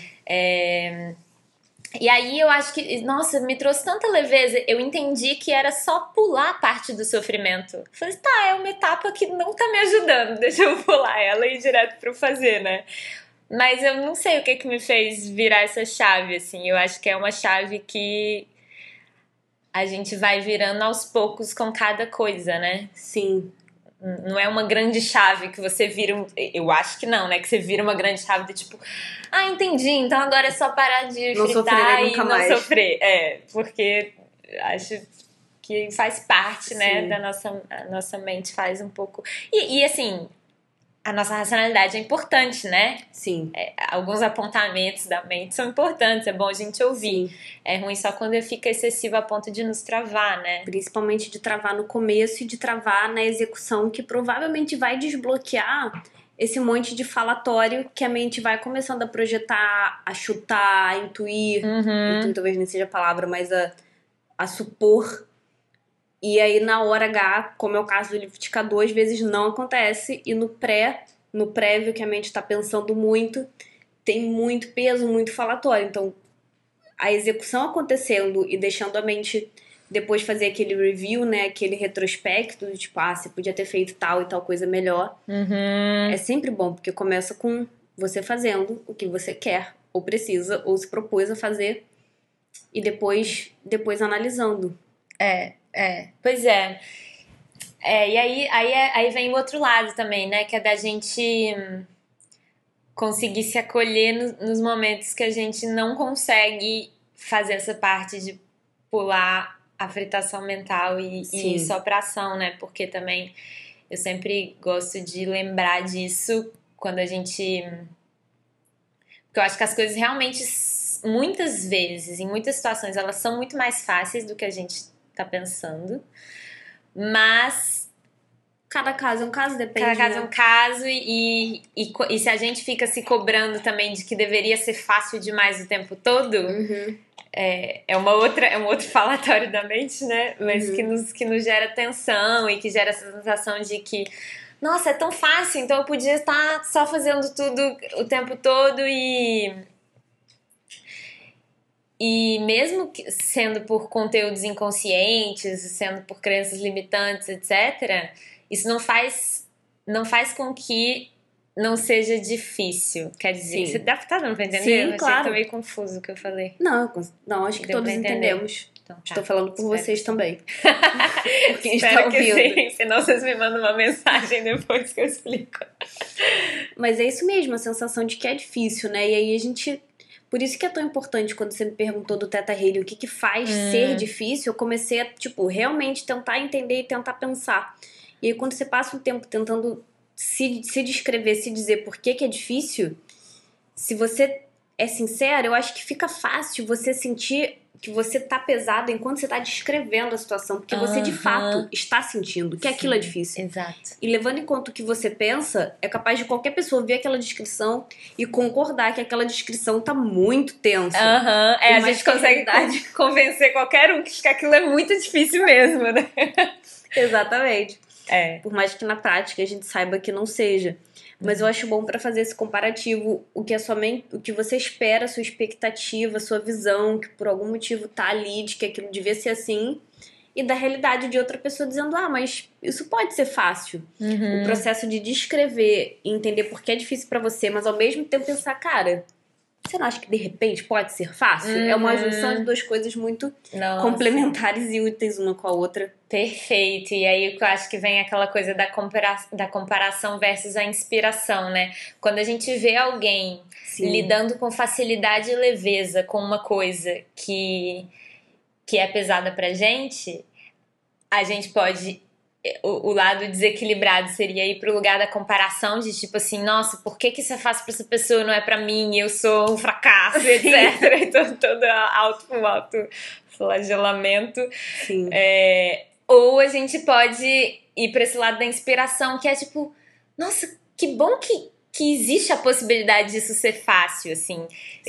E aí, eu acho que... Nossa, me trouxe tanta leveza. Eu entendi que era só pular a parte do sofrimento. Falei, tá, é uma etapa que não tá me ajudando. Deixa eu pular ela e ir direto pro fazer, né? Mas eu não sei o que me fez virar essa chave, assim. Eu acho que é uma chave que a gente vai virando aos poucos com cada coisa, né? Sim. Não é uma grande chave que você vira... Eu acho que não, né? Que você vira uma grande chave de tipo... entendi. Então agora é só parar de fritar e não sofrer. Porque acho que faz parte, né? A nossa mente faz um pouco... E assim... A nossa racionalidade é importante, né? Sim. Alguns apontamentos da mente são importantes, é bom a gente ouvir. Sim. É ruim só quando fica excessivo a ponto de nos travar, né? Principalmente de travar no começo e de travar na execução, que provavelmente vai desbloquear esse monte de falatório que a mente vai começando a projetar, a chutar, a intuir. Intuir talvez nem seja a palavra, mas a supor. E aí, na hora H, como é o caso do liquidificador, às vezes não acontece. E no prévio, que a mente está pensando muito, tem muito peso, muito falatório. Então, a execução acontecendo e deixando a mente depois fazer aquele review, né? Aquele retrospecto, de tipo, você podia ter feito tal e tal coisa melhor. É sempre bom, porque começa com você fazendo o que você quer, ou precisa, ou se propôs a fazer. E depois analisando. Pois é. E aí vem o outro lado também, né? Que é da gente conseguir se acolher nos momentos que a gente não consegue fazer essa parte de pular a fritação mental e ir só pra ação, né? Porque também eu sempre gosto de lembrar disso quando a gente... Porque eu acho que as coisas realmente, muitas vezes, em muitas situações, elas são muito mais fáceis do que a gente tá pensando, mas cada caso é um caso, depende. Cada caso é um caso e se a gente fica se cobrando também de que deveria ser fácil demais o tempo todo, é um outro falatório da mente, né? Mas que nos gera tensão e que gera essa sensação de que, nossa, é tão fácil, então eu podia estar só fazendo tudo o tempo todo e mesmo sendo por conteúdos inconscientes, sendo por crenças limitantes, etc., isso não faz com que não seja difícil. Quer dizer, você tá dando pra entender? Sim, eu claro. Achei que tá meio confuso o que eu falei. Não, acho que todos entendemos. Então, tá. Estou falando por vocês também. Por quem está ouvindo. Sim, senão vocês me mandam uma mensagem depois que eu explico. Mas é isso mesmo, a sensação de que é difícil, né? E aí a gente... Por isso que é tão importante quando você me perguntou do Theta Healing, o que faz ser difícil, eu comecei a, tipo, realmente tentar entender e tentar pensar. E aí quando você passa um tempo tentando se descrever, se dizer por que é difícil, se você é sincero, eu acho que fica fácil você sentir que você tá pesado enquanto você tá descrevendo a situação, porque você de fato está sentindo que aquilo é difícil. Exato. E levando em conta o que você pensa, é capaz de qualquer pessoa ver aquela descrição e concordar que aquela descrição tá muito tensa. A gente consegue convencer qualquer um que aquilo é muito difícil mesmo, né? Exatamente. Por mais que na prática a gente saiba que não seja. Mas eu acho bom pra fazer esse comparativo, o que você espera, a sua expectativa, a sua visão, que por algum motivo tá ali, de que aquilo devia ser assim, e da realidade de outra pessoa dizendo, mas isso pode ser fácil. O processo de descrever e entender por que é difícil pra você, mas ao mesmo tempo pensar, cara, você não acha que de repente pode ser fácil? É uma junção de duas coisas muito complementares e úteis uma com a outra. Perfeito. E aí eu acho que vem aquela coisa da comparação versus a inspiração, né? Quando a gente vê alguém lidando com facilidade e leveza com uma coisa que é pesada pra gente, a gente pode... O lado desequilibrado seria ir pro lugar da comparação, de tipo assim, nossa, por que isso é fácil pra essa pessoa, não é pra mim, eu sou um fracasso, etc. Então todo autoflagelamento. Sim. Ou a gente pode ir pra esse lado da inspiração, que é tipo, nossa, que bom que existe a possibilidade disso ser fácil, assim.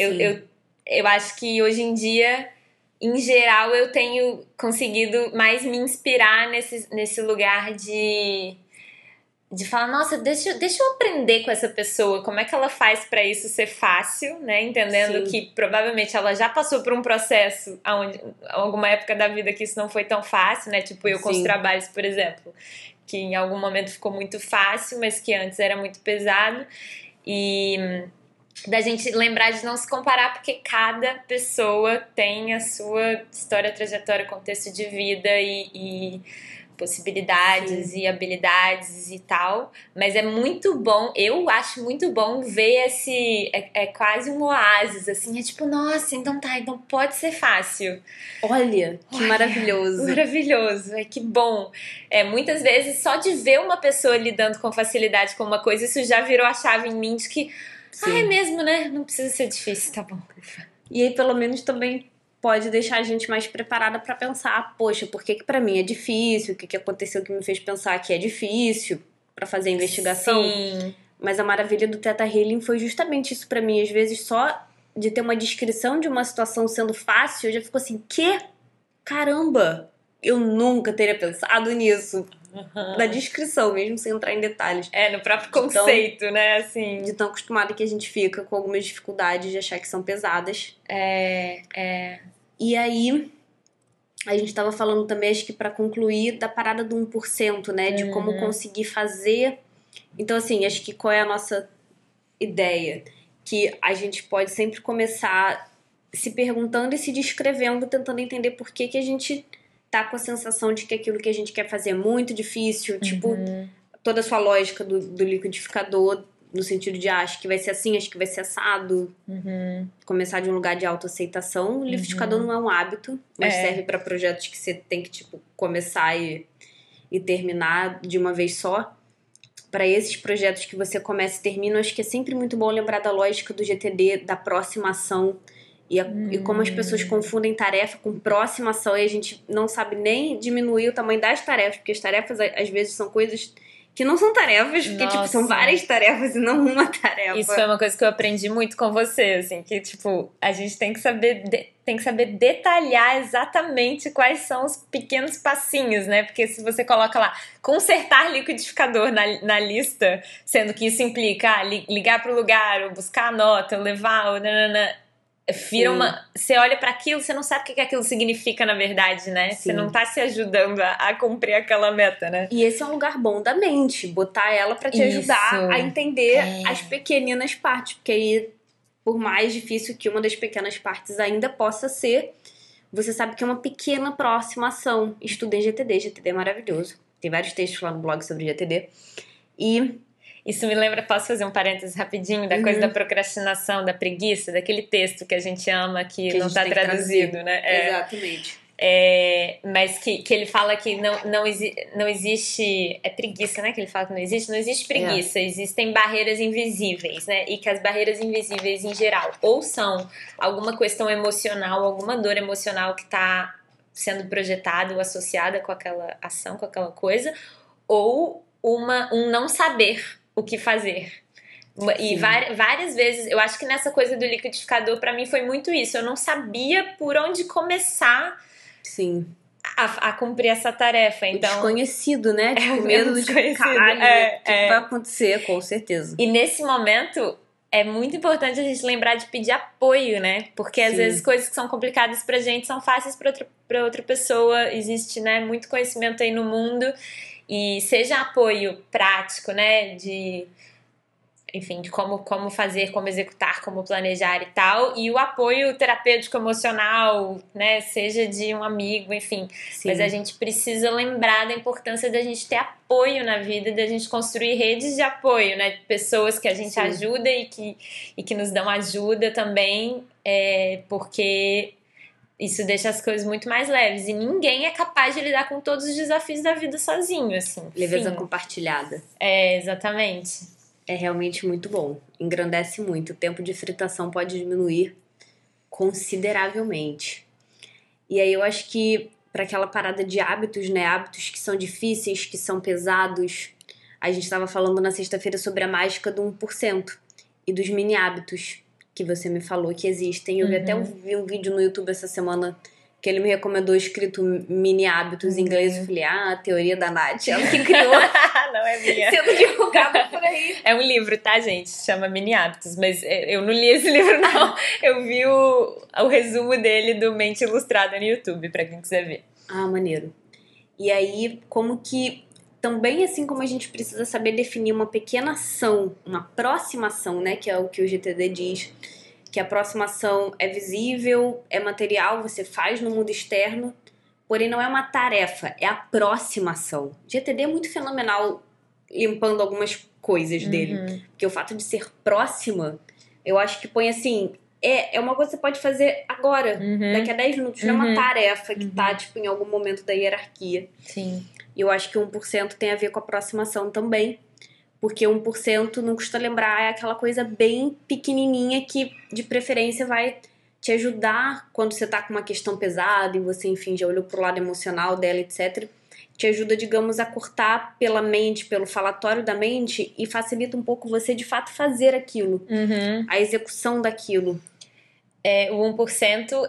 Eu acho que hoje em dia... Em geral, eu tenho conseguido mais me inspirar nesse lugar de falar, nossa, deixa eu aprender com essa pessoa, como é que ela faz pra isso ser fácil, né? Entendendo que provavelmente ela já passou por um processo onde, alguma época da vida que isso não foi tão fácil, né? Tipo eu com os trabalhos, por exemplo, que em algum momento ficou muito fácil, mas que antes era muito pesado. E... da gente lembrar de não se comparar, porque cada pessoa tem a sua história, trajetória, contexto de vida e possibilidades e habilidades e tal, mas é muito bom, eu acho muito bom ver esse, é quase um oásis, assim, é tipo, nossa, então pode ser fácil. Olha, que maravilhoso. Maravilhoso, que bom. Muitas vezes, só de ver uma pessoa lidando com facilidade com uma coisa, isso já virou a chave em mim de que é mesmo, né? Não precisa ser difícil, tá bom. E aí, pelo menos, também pode deixar a gente mais preparada pra pensar, poxa, por que pra mim é difícil? O que aconteceu que me fez pensar que é difícil pra fazer a investigação? Sim. Mas a maravilha do Theta Healing foi justamente isso pra mim. Às vezes, só de ter uma descrição de uma situação sendo fácil, eu já fico assim, caramba! Eu nunca teria pensado nisso. Da descrição mesmo, sem entrar em detalhes. No próprio conceito, né? Assim. De tão acostumada que a gente fica com algumas dificuldades de achar que são pesadas. E aí, a gente tava falando também, acho que pra concluir, da parada do 1%, né? De como conseguir fazer. Então, assim, acho que qual é a nossa ideia? Que a gente pode sempre começar se perguntando e se descrevendo, tentando entender por que a gente tá com a sensação de que aquilo que a gente quer fazer é muito difícil, tipo, toda a sua lógica do liquidificador, no sentido de acho que vai ser assim, acho que vai ser assado. Começar de um lugar de autoaceitação. O liquidificador não é um hábito, mas serve pra projetos que você tem que, tipo, começar e terminar de uma vez só. Pra esses projetos que você começa e termina, acho que é sempre muito bom lembrar da lógica do GTD, da próxima ação. E como as pessoas confundem tarefa com próxima ação, e a gente não sabe nem diminuir o tamanho das tarefas, porque as tarefas às vezes são coisas que não são tarefas, porque tipo, são várias tarefas e não uma tarefa. Isso foi uma coisa que eu aprendi muito com você, assim, que tipo, a gente tem que saber detalhar exatamente quais são os pequenos passinhos, né? Porque se você coloca lá, consertar liquidificador na lista, sendo que isso implica ligar pro lugar, ou buscar a nota, ou levar, ou nanana, você olha pra aquilo, você não sabe o que aquilo significa na verdade, né? Você não tá se ajudando a cumprir aquela meta, né? E esse é um lugar bom da mente, botar ela pra te ajudar a entender as pequeninas partes, porque aí, por mais difícil que uma das pequenas partes ainda possa ser, você sabe que é uma pequena próxima ação. Estuda em GTD. GTD é maravilhoso. Tem vários textos lá no blog sobre GTD. E isso me lembra, posso fazer um parênteses rapidinho, da coisa da procrastinação, da preguiça, daquele texto que a gente ama que não está traduzido, né? Exatamente. Mas que ele fala que não existe. É preguiça, né? Que ele fala que não existe preguiça, existem barreiras invisíveis, né? E que as barreiras invisíveis, em geral, ou são alguma questão emocional, alguma dor emocional que está sendo projetada ou associada com aquela ação, com aquela coisa, ou um não saber o que fazer. E várias vezes, eu acho que nessa coisa do liquidificador, pra mim foi muito isso. Eu não sabia por onde começar a cumprir essa tarefa. Então, o desconhecido, né? Tipo, medo de caralho, o que vai acontecer, com certeza. E nesse momento, é muito importante a gente lembrar de pedir apoio, né? Porque às vezes coisas que são complicadas pra gente são fáceis pra outra pessoa. Existe, né, muito conhecimento aí no mundo. E seja apoio prático, né, enfim, de como fazer, como executar, como planejar e tal, e o apoio terapêutico emocional, né, seja de um amigo, enfim. Mas a gente precisa lembrar da importância da gente ter apoio na vida, da gente construir redes de apoio, né, pessoas que a gente ajuda e que nos dão ajuda também, porque isso deixa as coisas muito mais leves. E ninguém é capaz de lidar com todos os desafios da vida sozinho, assim. Leveza compartilhada. Exatamente. É realmente muito bom. Engrandece muito. O tempo de fritação pode diminuir consideravelmente. E aí eu acho que para aquela parada de hábitos, né? Hábitos que são difíceis, que são pesados. A gente estava falando na sexta-feira sobre a mágica do 1% e dos mini hábitos que você me falou que existem. Eu vi um vídeo no YouTube essa semana que ele me recomendou escrito mini hábitos em inglês. Eu falei, a teoria da Nath, ela que criou. Não é minha. Sendo divulgada por aí. É um livro, tá, gente? Chama Mini Hábitos, mas eu não li esse livro, não. Eu vi o resumo dele do Mente Ilustrada no YouTube, pra quem quiser ver. Ah, maneiro. E aí, como que também, assim como a gente precisa saber definir uma pequena ação, uma próxima ação, né, que é o que o GTD diz, que a próxima ação é visível, é material, você faz no mundo externo, porém não é uma tarefa, é a próxima ação. GTD é muito fenomenal limpando algumas coisas dele, porque o fato de ser próxima, eu acho que põe assim, é uma coisa que você pode fazer agora, daqui a 10 minutos, não é uma tarefa que tá, tipo, em algum momento da hierarquia. Sim. E eu acho que o 1% tem a ver com a aproximação também, porque 1% não custa lembrar, é aquela coisa bem pequenininha que, de preferência, vai te ajudar quando você tá com uma questão pesada e você, enfim, já olhou pro lado emocional dela, etc. Te ajuda, digamos, a cortar pela mente, pelo falatório da mente e facilita um pouco você, de fato, fazer aquilo. A execução daquilo. O 1%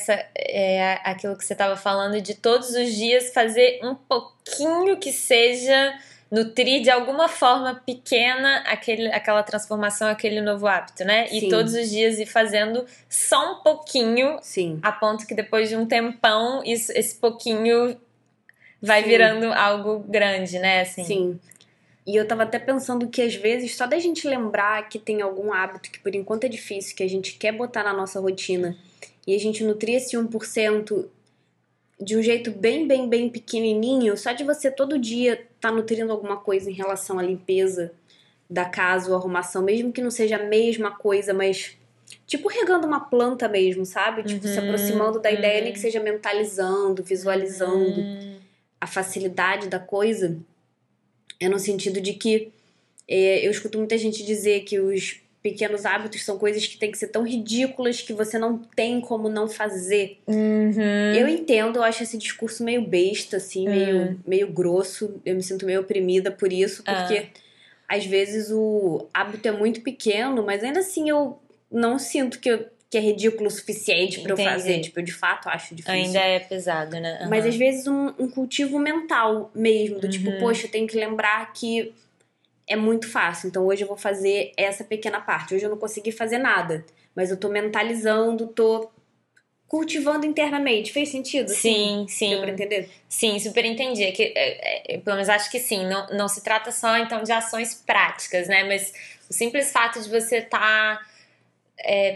é aquilo que você estava falando de todos os dias fazer um pouquinho que seja nutrir de alguma forma pequena aquela transformação, aquele novo hábito, né? Sim. E todos os dias ir fazendo só um pouquinho, Sim. a ponto que depois de um tempão esse pouquinho vai virando algo grande, né? Assim. Sim. E eu tava até pensando que às vezes só da gente lembrar que tem algum hábito que por enquanto é difícil, que a gente quer botar na nossa rotina, e a gente nutrir esse 1% de um jeito bem, bem, bem pequenininho, só de você todo dia tá nutrindo alguma coisa em relação à limpeza da casa ou arrumação, mesmo que não seja a mesma coisa, mas tipo regando uma planta mesmo, sabe? Tipo se aproximando da ideia, nem que seja mentalizando, visualizando a facilidade da coisa. É no sentido de que eu escuto muita gente dizer que os pequenos hábitos são coisas que têm que ser tão ridículas que você não tem como não fazer. Eu entendo, eu acho esse discurso meio besta, assim, meio grosso. Eu me sinto meio oprimida por isso, porque às vezes o hábito é muito pequeno, mas ainda assim eu não sinto que é ridículo o suficiente pra eu fazer. Tipo, eu de fato acho difícil. Ainda é pesado, né? Mas às vezes um cultivo mental mesmo, do tipo, poxa, eu tenho que lembrar que é muito fácil. Então hoje eu vou fazer essa pequena parte. Hoje eu não consegui fazer nada, mas eu tô mentalizando, tô cultivando internamente. Fez sentido? Sim. Deu pra entender? Sim, super entendi. Pelo menos acho que sim. Não se trata só, então, de ações práticas, né? Mas o simples fato de você estar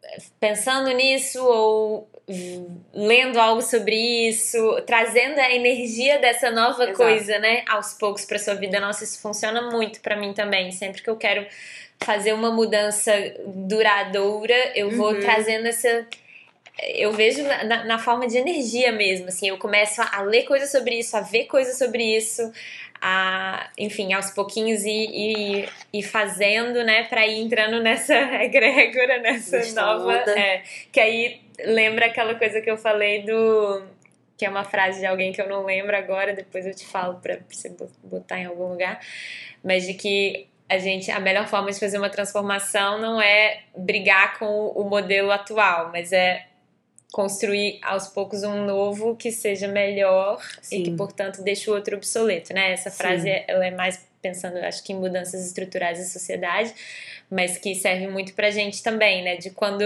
pensando nisso ou lendo algo sobre isso, trazendo a energia dessa nova coisa, né, aos poucos para sua vida. Nossa, isso funciona muito para mim também. Sempre que eu quero fazer uma mudança duradoura, eu vou trazendo essa... Eu vejo na forma de energia mesmo, assim, eu começo a ler coisas sobre isso, a ver coisas sobre isso, enfim, aos pouquinhos ir fazendo, né, pra ir entrando nessa egrégora, nessa nova... que aí lembra aquela coisa que eu falei que é uma frase de alguém que eu não lembro agora, depois eu te falo pra você botar em algum lugar, mas de que a melhor forma de fazer uma transformação não é brigar com o modelo atual, mas é construir aos poucos um novo que seja melhor e que, portanto, deixe o outro obsoleto, né? Essa frase, ela é mais pensando, acho que em mudanças estruturais da sociedade, mas que serve muito pra gente também, né? De quando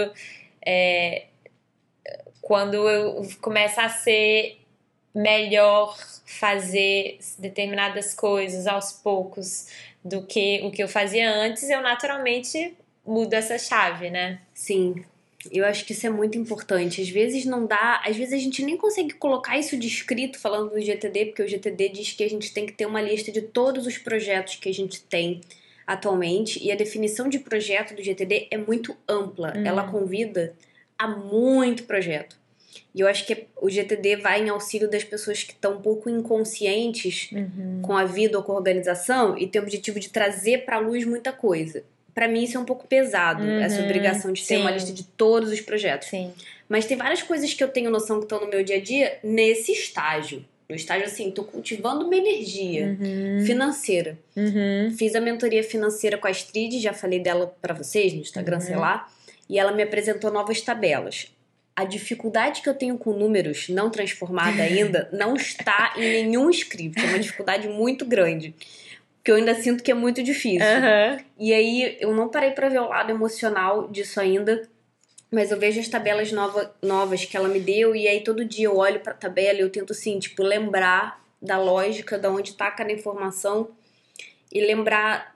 eu começo a ser melhor fazer determinadas coisas aos poucos do que o que eu fazia antes, eu naturalmente mudo essa chave, né? Sim. Eu acho que isso é muito importante. Às vezes não dá, às vezes a gente nem consegue colocar isso de escrito falando do GTD, porque o GTD diz que a gente tem que ter uma lista de todos os projetos que a gente tem atualmente, e a definição de projeto do GTD é muito ampla. Ela convida a muito projeto. E eu acho que o GTD vai em auxílio das pessoas que estão um pouco inconscientes com a vida ou com a organização e tem o objetivo de trazer pra luz muita coisa. Pra mim isso é um pouco pesado, essa obrigação de ter uma lista de todos os projetos. Mas tem várias coisas que eu tenho noção que estão no meu dia a dia nesse estágio. No estágio assim, tô cultivando uma energia financeira. Fiz a mentoria financeira com a Astrid, já falei dela pra vocês no Instagram, sei lá. E ela me apresentou novas tabelas. A dificuldade que eu tenho com números não transformada ainda não está em nenhum script. É uma dificuldade muito grande. Que eu ainda sinto que é muito difícil. E aí, eu não parei pra ver o lado emocional disso ainda, mas eu vejo as tabelas novas que ela me deu, e aí todo dia eu olho pra tabela e eu tento, assim, tipo, lembrar da lógica, de onde tá cada informação, e lembrar...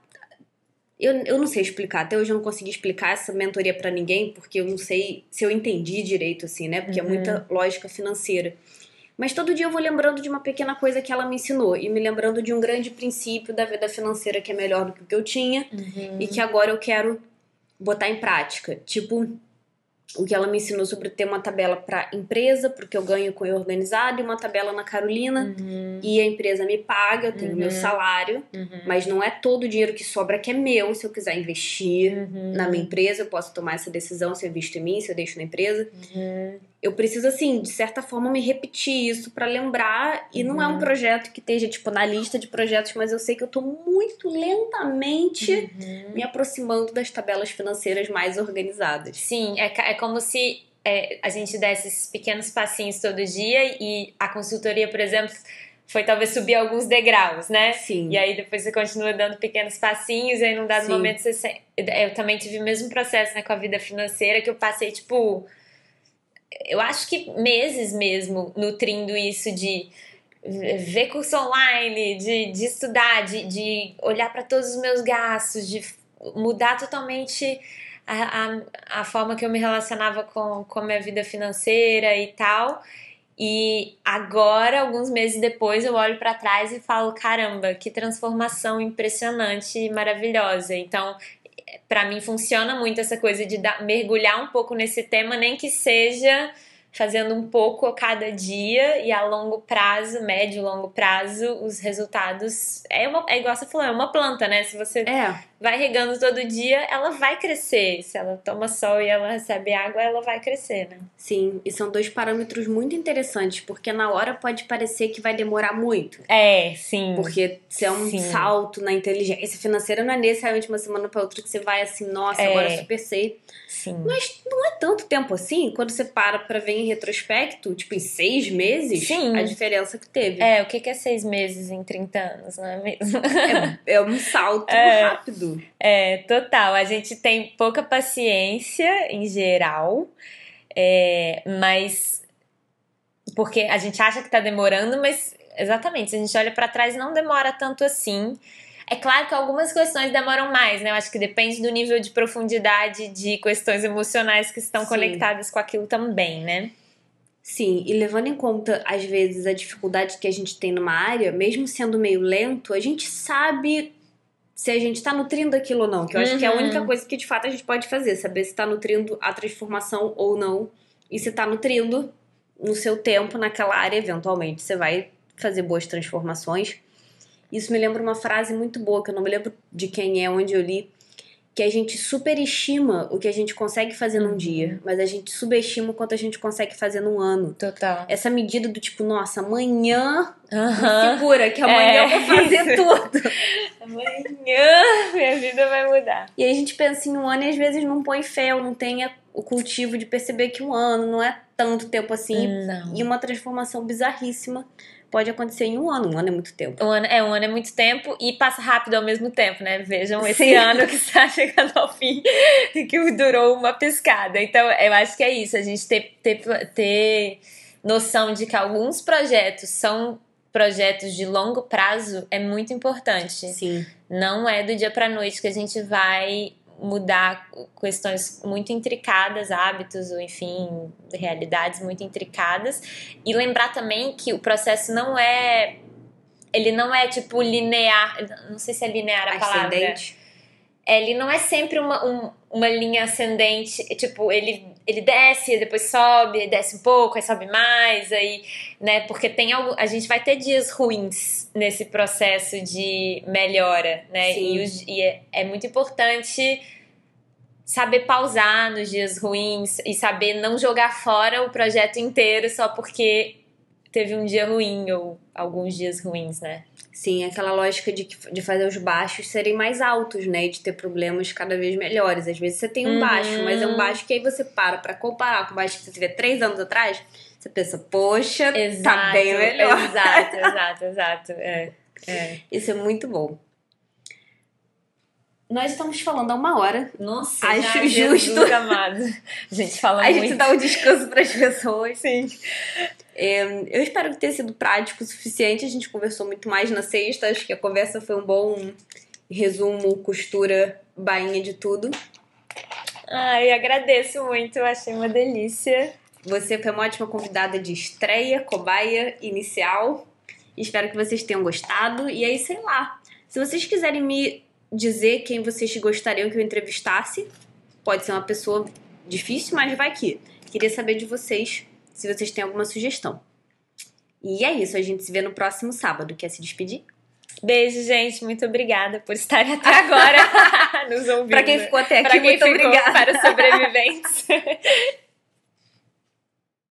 Eu não sei explicar, até hoje eu não consegui explicar essa mentoria pra ninguém, porque eu não sei se eu entendi direito, assim, né? Porque é muita lógica financeira. Mas todo dia eu vou lembrando de uma pequena coisa que ela me ensinou e me lembrando de um grande princípio da vida financeira que é melhor do que o que eu tinha e que agora eu quero botar em prática. Tipo, o que ela me ensinou sobre ter uma tabela para empresa, porque eu ganho com eu organizado, e uma tabela na Carolina, e a empresa me paga, eu tenho meu salário, mas não é todo o dinheiro que sobra que é meu. Se eu quiser investir na minha empresa, eu posso tomar essa decisão se eu invisto em mim, se eu deixo na empresa. Eu preciso, assim, de certa forma, me repetir isso pra lembrar. E não é um projeto que esteja, tipo, na lista de projetos, mas eu sei que eu tô muito lentamente me aproximando das tabelas financeiras mais organizadas. Sim, é como se a gente desse esses pequenos passinhos todo dia e a consultoria, por exemplo, foi talvez subir alguns degraus, né? Sim. E aí depois você continua dando pequenos passinhos e aí num dado momento você... Eu também tive o mesmo processo, né, com a vida financeira, que eu passei, tipo... Eu acho que meses mesmo nutrindo isso de ver curso online, de estudar, de olhar para todos os meus gastos, de mudar totalmente a forma que eu me relacionava com a minha vida financeira e tal. E agora, alguns meses depois, eu olho para trás e falo, caramba, que transformação impressionante e maravilhosa. Então, pra mim funciona muito essa coisa de mergulhar um pouco nesse tema, nem que seja fazendo um pouco a cada dia, e a longo prazo, médio e longo prazo, os resultados é igual você falou, é uma planta, né? Se você vai regando todo dia, ela vai crescer. Se ela toma sol e ela recebe água, ela vai crescer, né? Sim, e são dois parâmetros muito interessantes, porque na hora pode parecer que vai demorar muito. Sim. Porque se é um salto na inteligência financeira, não é necessariamente uma semana pra outra que você vai assim, nossa, agora eu super sei. Sim. Mas não é tanto tempo assim, quando você para pra ver em retrospecto, tipo, em 6 meses, a diferença que teve. O que é 6 meses em 30 anos, não é mesmo? É um salto rápido. Total. A gente tem pouca paciência em geral, mas porque a gente acha que tá demorando, mas exatamente, se a gente olha pra trás não demora tanto assim. É claro que algumas questões demoram mais, né? Eu acho que depende do nível de profundidade de questões emocionais que estão conectadas com aquilo também, né? Sim, e levando em conta, às vezes, a dificuldade que a gente tem numa área, mesmo sendo meio lento, a gente sabe se a gente tá nutrindo aquilo ou não. Que eu acho que é a única coisa que, de fato, a gente pode fazer. Saber se tá nutrindo a transformação ou não. E se tá nutrindo no seu tempo, naquela área, eventualmente. Você vai fazer boas transformações. Isso me lembra uma frase muito boa, que eu não me lembro de quem é, onde eu li, que a gente superestima o que a gente consegue fazer num dia, mas a gente subestima o quanto a gente consegue fazer num ano. Total. Essa medida do tipo, nossa, amanhã me segura, que amanhã eu vou fazer tudo. Amanhã minha vida vai mudar. E aí a gente pensa em um ano e às vezes não põe fé, ou não tem o cultivo de perceber que um ano não é tanto tempo assim. Não. E uma transformação bizarríssima pode acontecer em um ano. Um ano é muito tempo. Um ano é muito tempo e passa rápido ao mesmo tempo, né? Vejam esse ano que está chegando ao fim e que durou uma piscada. Então, eu acho que é isso. A gente ter noção de que alguns projetos são projetos de longo prazo é muito importante. Sim. Não é do dia pra noite que a gente vai mudar questões muito intricadas, hábitos, ou enfim, realidades muito intricadas. E lembrar também que o processo não é... Ele não é, tipo, linear. Não sei se é linear a palavra. Ascendente. Ele não é sempre uma linha ascendente. Tipo, ele desce, depois sobe, desce um pouco, aí sobe mais, aí, né? Porque tem algo... A gente vai ter dias ruins nesse processo de melhora, né? E é muito importante saber pausar nos dias ruins e saber não jogar fora o projeto inteiro só porque teve um dia ruim ou alguns dias ruins, né? Sim, aquela lógica de fazer os baixos serem mais altos, né? E de ter problemas cada vez melhores. Às vezes você tem um baixo, mas é um baixo que aí você para comparar com o baixo que você teve 3 anos atrás, você pensa, poxa, tá bem melhor. Exato. Isso é muito bom. Nós estamos falando há 1 hora. Nossa, acho justo. Amado. A gente fala muito. A gente dá um descanso para as pessoas. Sim. Eu espero que tenha sido prático o suficiente. A gente conversou muito mais na sexta. Acho que a conversa foi um bom resumo, costura, bainha de tudo. Ai, agradeço muito. Eu achei uma delícia. Você foi uma ótima convidada de estreia, cobaia inicial. Espero que vocês tenham gostado. E aí, sei lá. Se vocês quiserem me dizer quem vocês gostariam que eu entrevistasse, pode ser uma pessoa difícil, mas vai que. Queria saber de vocês, se vocês têm alguma sugestão. E é isso, a gente se vê no próximo sábado. Quer se despedir? Beijo, gente. Muito obrigada por estarem até agora nos ouvindo. Pra quem ficou até aqui, muito obrigada. Para os sobreviventes.